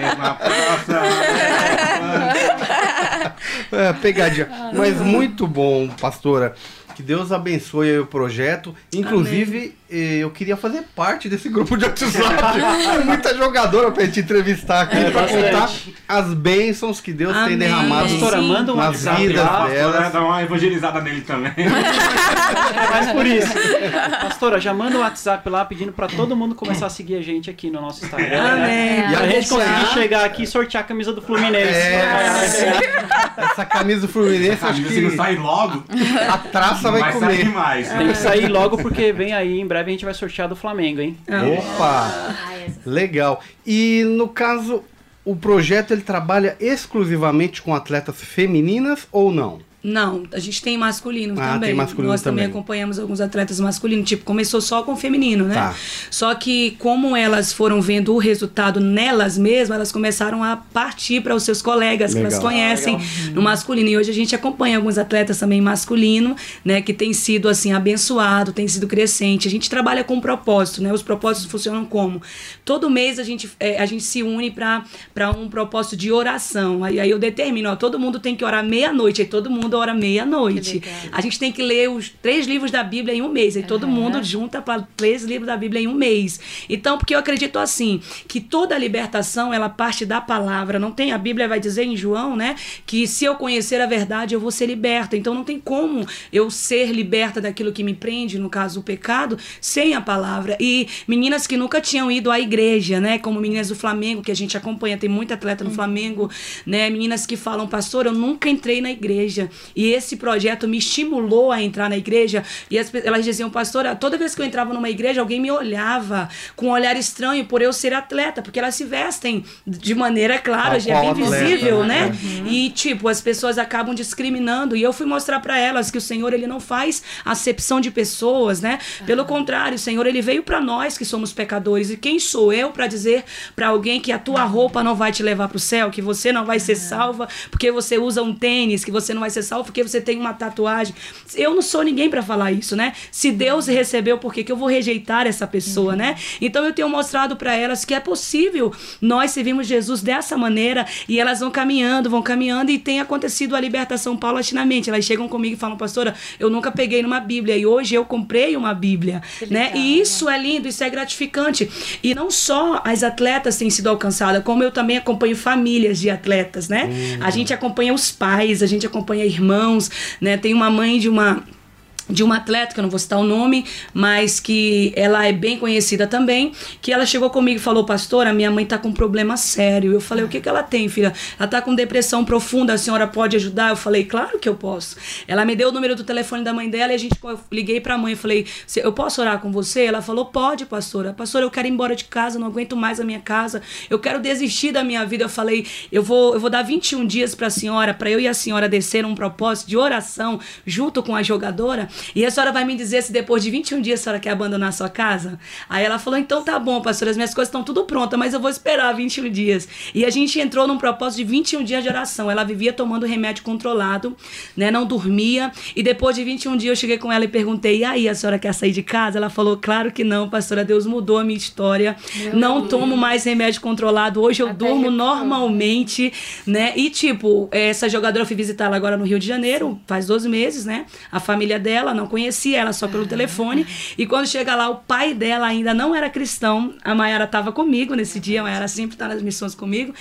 É, pegadinha. Mas muito bom, pastora. Que Deus abençoe aí o projeto. Inclusive, eh, eu queria fazer parte desse grupo de WhatsApp. Tem muita jogadora pra gente entrevistar aqui, é, pra contar as bênçãos que Deus Amém. Tem derramado pastora, manda um nas WhatsApp vidas lá, delas. Dá uma evangelizada nele também. Mas por isso. Pastora, já manda um WhatsApp lá pedindo pra todo mundo começar a seguir a gente aqui no nosso Instagram. Amém. Né? E a, a gente conseguir chegar aqui e sortear a camisa do Fluminense. É, essa camisa do Fluminense, acho que... Se não sair logo, a traça vai, vai comer. Sair demais. Tem que sair logo porque vem aí, em breve a gente vai sortear do Flamengo, hein? Opa! Legal. E no caso, o projeto ele trabalha exclusivamente com atletas femininas ou não? Não, a gente tem masculino ah, também. Tem masculino Nós também. também acompanhamos alguns atletas masculinos. Tipo, começou só com o feminino, né? Tá. Só que como elas foram vendo o resultado nelas mesmas, elas começaram a partir para os seus colegas Legal. Que elas conhecem ah, no masculino. E hoje a gente acompanha alguns atletas também masculino, né? Que tem sido assim abençoado, tem sido crescente. A gente trabalha com propósito, né? Os propósitos funcionam como? Todo mês a gente, é, a gente se une para um propósito de oração. Aí, aí eu determino, ó, todo mundo tem que orar meia-noite. Aí todo mundo hora meia-noite. A gente tem que ler os três livros da Bíblia em um mês. E uhum. todo mundo junta para três livros da Bíblia em um mês. Então, porque eu acredito assim, que toda a libertação, ela parte da palavra. Não tem, a Bíblia vai dizer em João, né, que se eu conhecer a verdade, eu vou ser liberta. Então, não tem como eu ser liberta daquilo que me prende, no caso, o pecado, sem a palavra. E meninas que nunca tinham ido à igreja, né, como meninas do Flamengo, que a gente acompanha, tem muita atleta no uhum. Flamengo, né, meninas que falam, pastor, eu nunca entrei na igreja. E esse projeto me estimulou a entrar na igreja. E as, elas diziam, pastora, toda vez que eu entrava numa igreja, alguém me olhava com um olhar estranho por eu ser atleta, porque elas se vestem de maneira clara, é bem atleta, visível, né? Uhum. E, tipo, as pessoas acabam discriminando. E eu fui mostrar para elas que o Senhor, ele não faz acepção de pessoas, né? Uhum. Pelo contrário, o Senhor, ele veio para nós que somos pecadores. E quem sou eu para dizer para alguém que a tua roupa não vai te levar para o céu, que você não vai ser salva porque você usa um tênis, que você não vai ser salvo porque você tem uma tatuagem. Eu não sou ninguém para falar isso, né? Se Deus recebeu, por que que eu vou rejeitar essa pessoa, uhum. né? Então eu tenho mostrado para elas que é possível nós servirmos Jesus dessa maneira, e elas vão caminhando, vão caminhando, e tem acontecido a libertação paulatinamente. Elas chegam comigo e falam, pastora, eu nunca peguei numa Bíblia e hoje eu comprei uma Bíblia, né? E isso é lindo, isso é gratificante. E não só as atletas têm sido alcançadas, como eu também acompanho famílias de atletas, né? Uhum. A gente acompanha os pais, a gente acompanha irmãos, né? Tem uma mãe de uma de uma atleta, que eu não vou citar o nome, mas que ela é bem conhecida também, que ela chegou comigo e falou, pastora, minha mãe tá com um problema sério. Eu falei, o que que ela tem, filha? Ela tá com depressão profunda, a senhora pode ajudar? Eu falei, claro que eu posso. Ela me deu o número do telefone da mãe dela e a gente, eu liguei pra mãe e falei, eu posso orar com você? Ela falou, pode, pastora. Pastora, eu quero ir embora de casa, não aguento mais a minha casa, eu quero desistir da minha vida. Eu falei, eu vou, eu vou dar vinte e um dias pra senhora, pra eu e a senhora descer um propósito de oração junto com a jogadora. E a senhora vai me dizer se depois de vinte e um dias a senhora quer abandonar a sua casa? Aí ela falou, então tá bom, pastora, as minhas coisas estão tudo prontas, mas eu vou esperar vinte e um dias. E a gente entrou num propósito de vinte e um dias de oração. Ela vivia tomando remédio controlado, né, não dormia. E depois de vinte e um dias eu cheguei com ela e perguntei, e aí, a senhora quer sair de casa? Ela falou, claro que não, pastora, Deus mudou a minha história. Meu não Deus. Tomo mais remédio controlado. Hoje eu Até durmo eu normalmente, né? E tipo, essa jogadora eu fui visitar ela agora no Rio de Janeiro, Sim. faz doze meses, né? A família dela, não conhecia ela só pelo telefone, e quando chega lá, o pai dela ainda não era cristão. A Mayara estava comigo nesse dia, a Mayara sempre está nas missões comigo,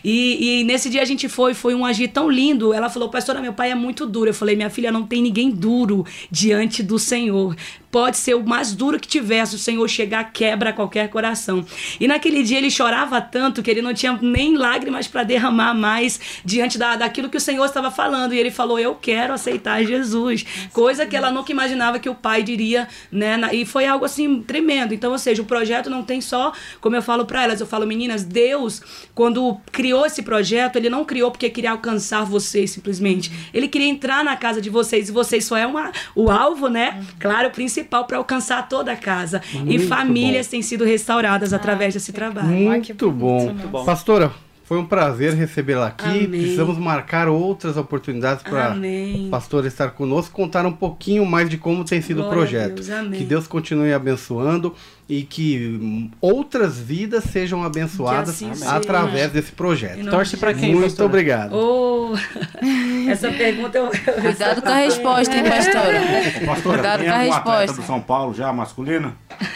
e, e nesse dia a gente foi, foi um agir tão lindo. Ela falou, pastora, meu pai é muito duro. Eu falei, minha filha, não tem ninguém duro diante do Senhor. Pode ser o mais duro que tiver, se o Senhor chegar, quebra qualquer coração. E naquele dia ele chorava tanto que ele não tinha nem lágrimas para derramar mais diante da, daquilo que o Senhor estava falando. E ele falou, eu quero aceitar Jesus. Coisa que ela nunca imaginava que o pai diria, né? E foi algo assim tremendo. Então, ou seja, o projeto não tem só, como eu falo para elas, eu falo, meninas, Deus, quando criou esse projeto, ele não criou porque queria alcançar vocês simplesmente. Ele queria entrar na casa de vocês, e vocês só é uma, o alvo, né? Claro, o principal para alcançar toda a casa. Muito e famílias bom. Têm sido restauradas ah, através desse trabalho. Muito bom. Muito bom. Pastora, foi um prazer recebê-la aqui. Amém. Precisamos marcar outras oportunidades para o pastor estar conosco, contar um pouquinho mais de como tem sido Glória o projeto. Deus, que Deus continue abençoando e que outras vidas sejam abençoadas assim através seja. Desse projeto. Torce para quem? Muito pastora? Obrigado. Oh, essa pergunta eu... Cuidado com a resposta, hein, pastora? Pastora, Cuidado tem com a algum resposta. atleta do São Paulo já, masculino?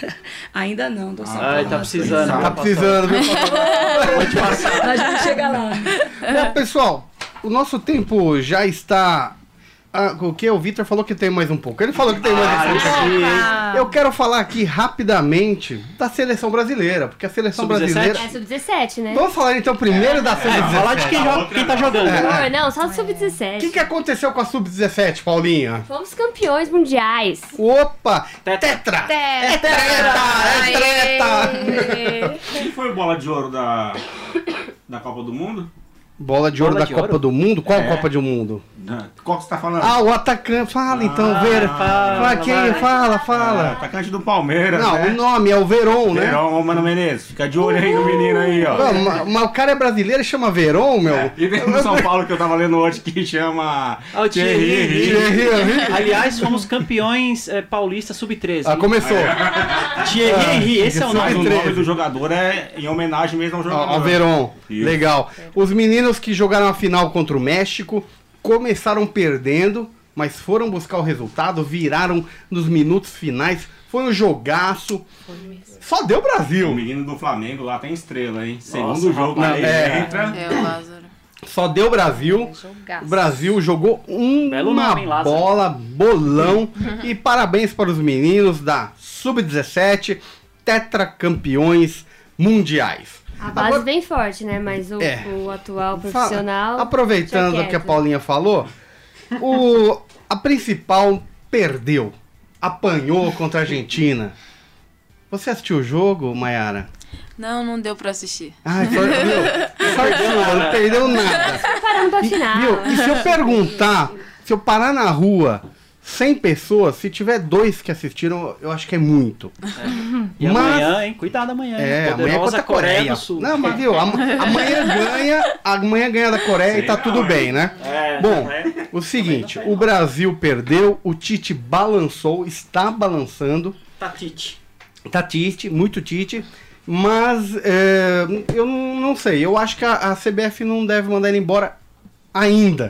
Ainda não, do São ah, Paulo. Tá precisando. Tá precisando, viu? Pode passar. Mas a gente chega lá. Bom, pessoal, o nosso tempo já está... Ah, o que? O Vitor falou que tem mais um pouco. Ele falou que tem mais um pouco aqui. Eu quero falar aqui rapidamente da seleção brasileira, porque a seleção sub dezessete? brasileira... É sub dezessete, né? Vamos falar então primeiro é, da sub dezessete. É, falar de quem, joga, quem tá jogando. É. Não, só do sub dezessete. O que, que aconteceu com a sub dezessete, Paulinha? Fomos campeões mundiais. Opa! Tetra! Tetra! Tetra! É treta! É treta! Quem foi o bola de ouro da, da Copa do Mundo? Bola de ouro Bola da de Copa ouro? do Mundo? Qual É. Copa do Mundo? Qual que você tá falando? Ah, o atacante. Fala então, Ah, Ver. fala, Fala quem? vai. Fala, Ah, fala. atacante do Palmeiras, Não, né? o nome é o Veron, né? Verão, Mano Menezes. Fica de olho aí no menino aí, ó. Não, mas, mas o cara é brasileiro e chama Veron, meu. É, e tem no São Paulo que eu tava lendo hoje que chama Ah, o Thierry Henry. Thierry Henry. Aliás, fomos campeões é, paulistas sub treze. Ah, começou. Thierry Ah, Henry, esse é o Mas nome. o sub nome treze. do jogador é em homenagem mesmo ao jogador. Ó, ó, Veron. Isso. Legal. Os meninos que jogaram a final contra o México começaram perdendo, mas foram buscar o resultado, viraram nos minutos finais. Foi um jogaço. Só deu O Brasil. menino do Flamengo lá tem estrela, hein? Nossa, Segundo jogo não, aí é. entra. É, o Lázaro. Só deu Brasil. Jogaço. O Brasil jogou Belo uma nome, hein, Lázaro? bola, bolão. E parabéns para os meninos da sub dezessete, tetracampeões mundiais. A base Agora- bem forte, né? Mas o, É. o atual Fala- profissional... aproveitando deixa o que a quieto. Paulinha falou, o, a principal perdeu. Apanhou contra a Argentina. Você assistiu o jogo, Mayara? Não, não deu pra assistir. Ai, foi, viu? Sorteou, não perdeu nada. Parando pra E, final. viu? E se eu perguntar, se eu parar na rua, cem pessoas, se tiver dois que assistiram, eu acho que é muito. E Mas- amanhã, hein? Cuidado amanhã. É, hein? amanhã é contra a Coreia. do Sul. Não, mas viu, am- amanhã ganha, amanhã ganha da Coreia e tá tudo bem, né? É, Bom, é. o seguinte, o Brasil perdeu, o Tite balançou, está balançando, Tatite. tá Tite, muito Tite, mas é, eu não, não sei, eu acho que a, a C B F não deve mandar ele embora ainda.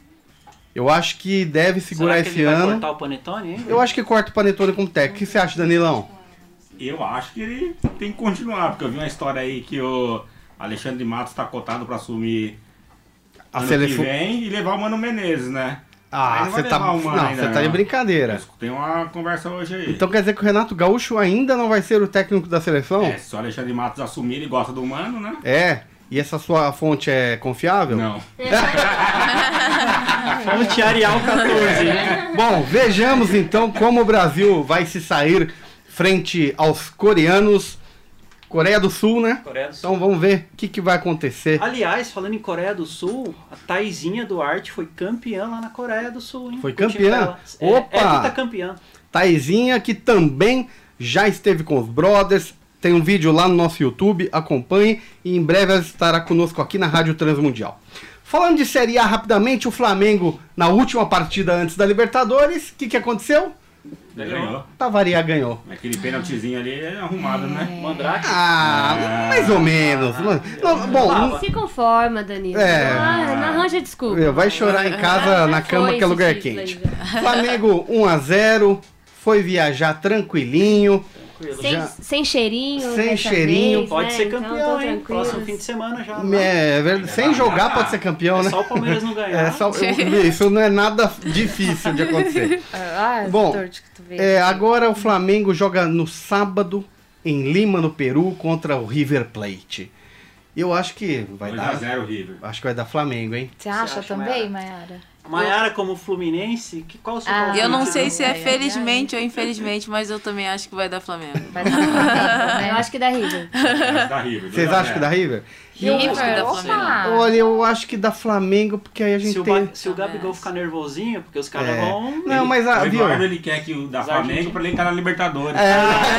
Eu acho que deve segurar Será que esse ele vai ano. cortar o Panetone, hein? Eu acho que corta o Panetone como técnico. O que você acha, Danilão? Eu acho que ele tem que continuar, porque eu vi uma história aí que o Alexandre Matos tá cotado pra assumir A ano seleção. que vem e levar o Mano Menezes, né? Ah, Aí não vai você tá, levar uma não, ainda, você tá de não. brincadeira. Tem uma conversa hoje aí. Então quer dizer que o Renato Gaúcho ainda não vai ser o técnico da seleção? É, se o Alexandre Matos assumir, ele gosta do Mano, né? É? E essa sua fonte é confiável? Não. Fonte Arial quatorze, né? Bom, vejamos então como o Brasil vai se sair frente aos coreanos. Coreia do Sul, né? Coreia do Sul. Então vamos ver o que, que vai acontecer. Aliás, falando em Coreia do Sul, a Taizinha Duarte foi campeã lá na Coreia do Sul, hein? Foi Com o time campeã? dela. Opa! É, é campeã. Taizinha, que também já esteve com os brothers. Tem um vídeo lá no nosso YouTube, acompanhe. E em breve ela estará conosco aqui na Rádio Transmundial. Falando de Série A rapidamente, o Flamengo, na última partida antes da Libertadores, o que, que aconteceu? Ganhou. Tavaria ganhou. Aquele pênaltizinho ali é arrumado, né? Mandrake? Ah, mais ou menos. Não, bom, Se conforma, Danilo. É. Ah, não arranja desculpa. vai chorar em casa na cama Foi que é lugar esse título quente. aí Flamengo um a zero, foi viajar tranquilinho. Sem, Já- sem cheirinho. Sem dessa cheirinho. vez, Pode né? ser Então, campeão, tô hein? tranquilo. Próximo fim de semana já. É, verdade, sem jogar pode ser campeão, É né? só o Palmeiras não ganhar. É só- isso não é nada difícil de acontecer. Ah, Bom, dor de cotovelo. É, agora o Flamengo joga no sábado em Lima, no Peru, contra o River Plate. Eu acho que vai dois a dar. zero River. Acho que vai dar Flamengo, hein? Você acha acha, também, Mayara? Maiara como Fluminense, que, qual o seu Ah, palpite? Eu não sei se é Ai, ai, felizmente ou infelizmente, mas eu também acho que vai dar Flamengo. Vai dar Flamengo, né? Eu acho que dá River. Acho que dá River. Vocês acham que dá River? River, acho que dá opa! Olha, eu acho que dá Flamengo, porque aí a gente Se o, tem. Ba- se o Gabigol ficar nervosinho, porque os caras É. vão... Não, mas a. O Viu? Eduardo, ele quer que o da Os Flamengo argentinos. pra ele entrar na Libertadores. É,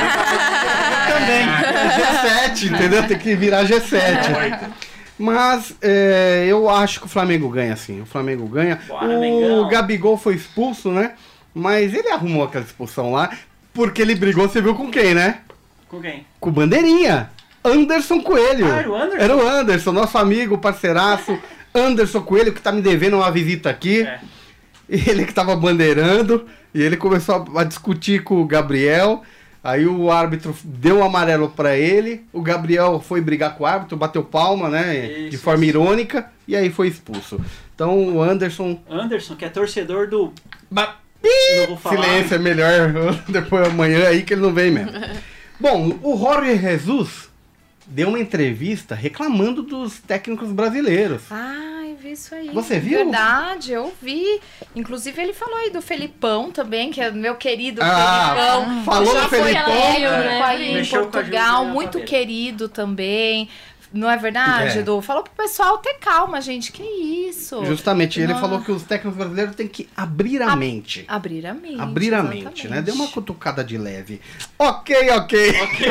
também. G sete, entendeu? Tem que virar G sete. Mas é, eu acho que o Flamengo ganha, sim. O Flamengo ganha. Bora, o Mengão. Gabigol foi expulso, né? Mas ele arrumou aquela expulsão lá, porque ele brigou, você viu com quem, né? Com quem? Com o Bandeirinha. Anderson Coelho. Ah, era o Anderson? Era o Anderson, nosso amigo, parceiraço. Anderson Coelho, que tá me devendo uma visita aqui. É. Ele que tava bandeirando. E ele começou a, a discutir com o Gabriel. Aí o árbitro deu um amarelo pra ele. O Gabriel foi brigar com o árbitro, bateu palma, né? Isso, de forma isso. irônica. E aí foi expulso. Então o Anderson. Anderson, que é torcedor do... Ba- Não vou falar. Silêncio, é melhor depois amanhã aí que ele não vem mesmo. Bom, o Jorge Jesus deu uma entrevista reclamando dos técnicos brasileiros. Ah, eu vi isso aí. Você viu? Verdade, eu vi. Inclusive, ele falou aí do Felipão também, que é meu querido Ah, Felipão. falou Já do foi Felipão. técnico É, aí em mexeu com a Portugal, Juliana muito Favela. querido também. Não é verdade, É. Edu? Falou pro pessoal ter calma, gente. Que isso? Justamente, ele Não. falou que os técnicos brasileiros têm que abrir a mente. Abrir a mente. Abrir a mente, exatamente. né? Deu uma cutucada de leve. Ok, ok. Ok.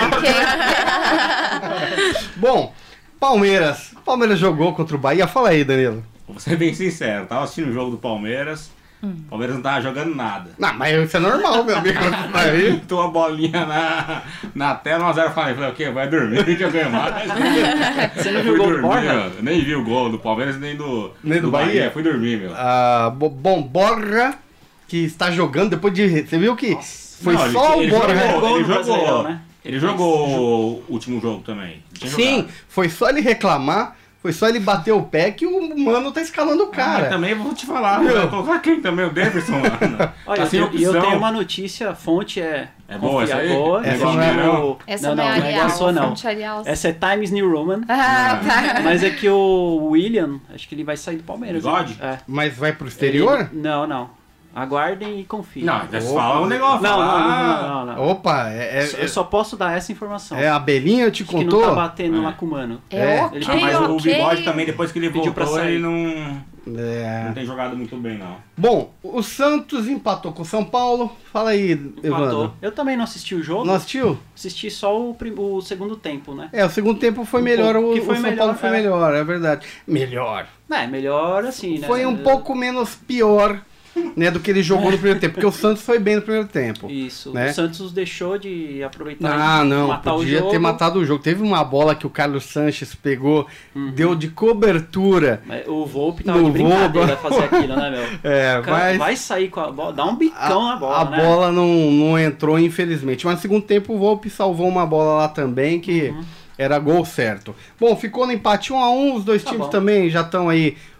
Bom, Palmeiras. Palmeiras jogou contra o Bahia. Fala aí, Danilo. Vou ser bem sincero, tava assistindo o jogo do Palmeiras. Hum. O Palmeiras não tava jogando nada. Não, mas isso é normal, meu amigo. Aí. Pintou a bolinha na, na tela, um a zero. Falei, falei, o quê? Vai dormir que eu ganho mais. Você não Eu viu o fui gol do dormir, Borja? mano. Nem vi o gol do Palmeiras, nem do, Nem do Bahia? Fui dormir, meu. Ah, bo- bom, Borja, que está jogando depois de. Você viu que foi Não, ele- só o ele Borja. jogou, Gol ele no Brasileirão, jogou, né? Ele jogou o último jogo também. Tinha Sim, jogado. foi só ele reclamar, foi só ele bater o pé que o mano tá escalando o Mas cara. também vou te falar, Meu. vou colocar quem também? O Davidson lá. Olha, Tá eu sem tenho, e eu opção. tenho uma notícia, a fonte é... É boa essa aí? boa, Essa eu não é vi não. o- Essa não, não, não, é não é Arial, igual a sua, não. fonte Arial. Essa é Times New Roman. Ah, tá. Mas é que o William, acho que ele vai sair do Palmeiras. Bigode? É. Mas vai pro exterior? Ele- não, não. Aguardem e confiem. Não, já se Opa. fala um negócio. não, não, não, falar. não, não, não. Opa, é, é, Eu só posso dar essa informação. é a Belinha te Acho que não contou? tá batendo É. lá com o mano. É, É. ok, Ele- Ah, mas o ok. Bigode também, depois que ele Pediu pra voltou, sair. ele não, É. não tem jogado muito bem, não. Bom, o Santos empatou com o São Paulo. Fala aí, Empatou. Evandro. Eu também não assisti o jogo. Não assistiu? Assisti só o, prim- o segundo tempo, né? É, o segundo tempo foi Um melhor, pouco o, que o foi São melhor, Paulo foi é. melhor, é verdade. Melhor. É, melhor assim, né? Foi um pouco menos pior, né, do que ele jogou no primeiro tempo, porque o Santos foi bem no primeiro tempo. Isso. né? O Santos deixou de aproveitar Ah, e não, matar podia o jogo. ter matado o jogo. Teve uma bola que o Carlos Sanches pegou, deu de cobertura. Mas O Volpe tava No de brincadeira Volpe. fazer aquilo, né, meu? É, O cara mas vai sair com a bola, dá um bicão na bola, a né? bola não, não entrou, infelizmente. Mas no segundo tempo o Volpe salvou uma bola lá também, que Uhum. era gol certo. Bom, ficou no empate um a um, os dois Tá times bom. também já estão aí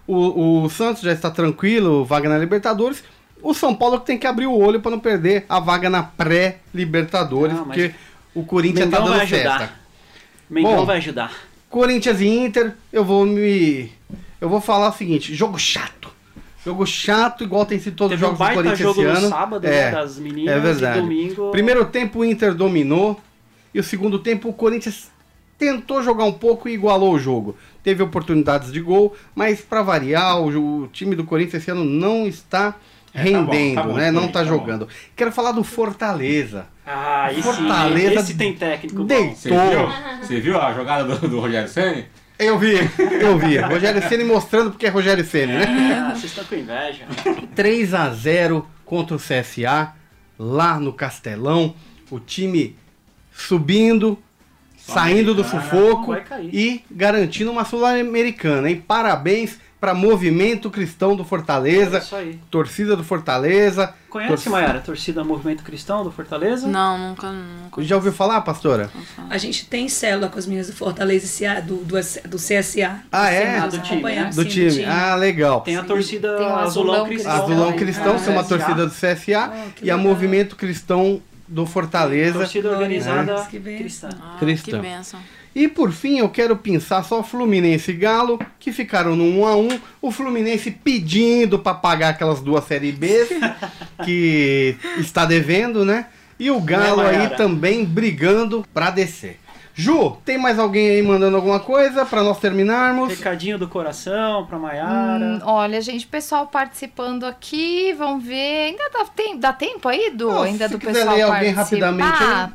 O, o Santos já está tranquilo, vaga na Libertadores. O São Paulo que tem que abrir o olho para não perder a vaga na pré-Libertadores, Não, mas porque o Corinthians está Mengão dando vai ajudar. festa. Mengão Bom, vai ajudar. Corinthians e Inter, eu vou me... Eu vou falar o seguinte, jogo chato. Jogo chato, igual tem sido todos os Teve um jogos do baita Corinthians jogo esse no ano. sábado, é, né, das meninas, é verdade. e domingo... Primeiro tempo o Inter dominou, e o segundo tempo o Corinthians tentou jogar um pouco e igualou o jogo. Teve oportunidades de gol, mas para variar, o, o time do Corinthians esse ano não está É, tá bom, rendendo, tá bom, né? Não tá está bom. jogando. Quero falar do Fortaleza. Ah, esse, Fortaleza esse tem técnico deitou. bom. Você viu? Você viu a jogada do, do Rogério Ceni? Eu vi, eu vi. Rogério Ceni mostrando porque é Rogério Ceni, né? Ah, vocês estão com inveja. três a zero contra o C S A, lá no Castelão. O time subindo, Só saindo do americana, sufoco vai cair. e garantindo uma Sul-Americana, hein? Parabéns para Movimento Cristão do Fortaleza, Isso aí. torcida do Fortaleza. Conhece, Torci- Maiara, a torcida Movimento Cristão do Fortaleza? Não, nunca, nunca. Já ouviu falar, pastora? A gente tem célula com as meninas do Fortaleza e C A, do, do, do C S A. Ah, é? Nós Do time, acompanhamos, Do sim, time. Ah, legal. Tem a torcida Tem o Azulão Azulão Cristão. Cristão. Azulão Ah, Cristão, que é uma C S A. torcida do C S A, Oh, que e a legal. Movimento Cristão do Fortaleza. Torcida organizada Que bem. cristã. Ah, Cristão. que bênção. E por fim, eu quero pensar só Fluminense e Galo, que ficaram no um a um. O Fluminense pedindo para pagar aquelas duas Série B que está devendo, né? E o Galo Né, aí Mayara? também brigando para descer. Ju, tem mais alguém aí mandando alguma coisa para nós terminarmos? Recadinho do coração pra Maiara. Hum, olha, gente, pessoal participando aqui, vamos ver. Ainda dá, tem, dá tempo aí, Du? Não, Ainda se do quiser pessoal ler alguém participar? rapidamente aí.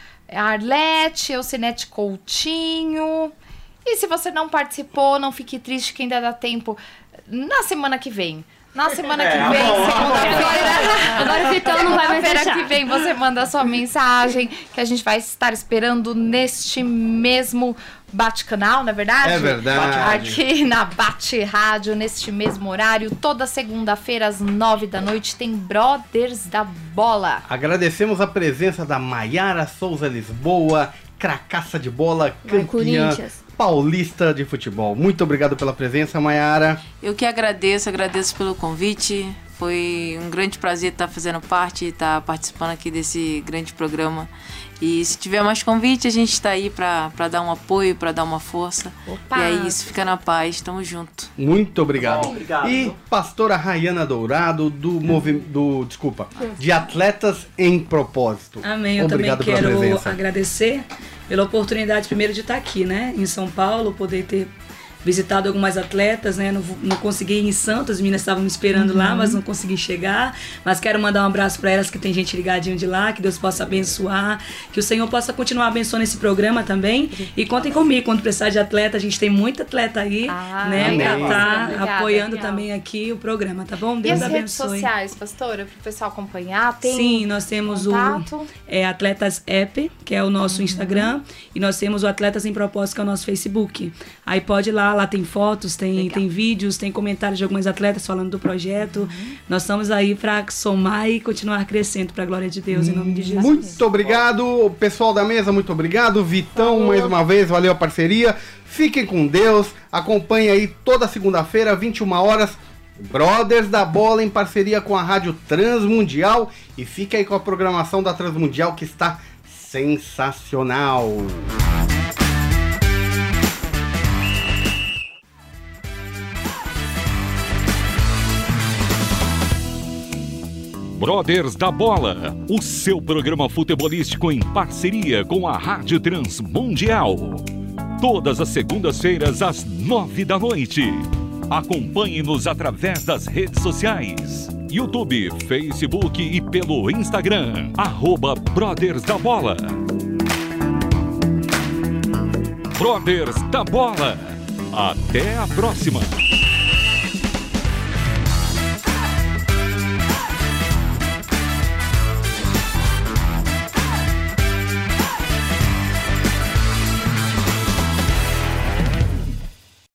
Arlete, Eucinete Coutinho. E se você não participou, não fique triste que ainda dá tempo. Na semana que vem. Na semana que É, vem, bom. segunda-feira. Agora o Vitão não vai mais Segunda-feira deixar. que vem você manda a sua mensagem, que a gente vai estar esperando neste mesmo Bate-Canal, não é verdade? É verdade. Aqui na Bate Rádio, neste mesmo horário, toda segunda-feira às nove da noite, tem Brothers da Bola. Agradecemos a presença da Maiara Souza Lisboa, cracaça de bola, Vai, campeã Corinthians. paulista de futebol. Muito obrigado pela presença, Maiara. Eu que agradeço, agradeço pelo convite. Foi um grande prazer estar fazendo parte, estar participando aqui desse grande programa. E se tiver mais convite, a gente está aí para dar um apoio, para dar uma força. Opa. E é isso, fica na paz, tamo junto. Muito obrigado. Bom, obrigado. E pastora Rayana Dourado, do movimento, do, desculpa, de Atletas em Propósito. Amém. Eu Obrigado também pela quero presença. agradecer pela oportunidade, primeiro, de estar aqui, né? Em São Paulo, poder ter visitado algumas atletas, né? Não, não consegui ir em Santos, as meninas estavam me esperando lá, mas não consegui chegar. Mas quero mandar um abraço para elas, que tem gente ligadinho de lá, que Deus possa abençoar, que o Senhor possa continuar abençoando esse programa também. E contem comigo, quando precisar de atleta, a gente tem muita atleta aí, Ah, né? legal. Pra tá Obrigada, apoiando legal. também aqui o programa, tá bom? E Deus as redes abençoe. sociais, pastora, para o pessoal acompanhar? Tem Sim, nós temos contato? o é, Atletas App, que é o nosso Instagram, e nós temos o Atletas em Propósito, que é o nosso Facebook. Aí pode ir lá, lá tem fotos, tem, Legal. tem vídeos, tem comentários de alguns atletas falando do projeto. Nós estamos aí para somar e continuar crescendo para a glória de Deus, em nome de Jesus. Muito obrigado, pessoal da mesa, muito obrigado. Vitão, mais uma vez, valeu a parceria. Fiquem com Deus. Acompanhe aí toda segunda-feira, vinte e uma horas, Brothers da Bola em parceria com a Rádio Transmundial. E fique aí com a programação da Transmundial, que está sensacional. Brothers da Bola, o seu programa futebolístico em parceria com a Rádio Transmundial. Todas as segundas-feiras às nove da noite. Acompanhe-nos através das redes sociais. YouTube, Facebook e pelo Instagram. Arroba Brothers da Bola. Brothers da Bola. Até a próxima.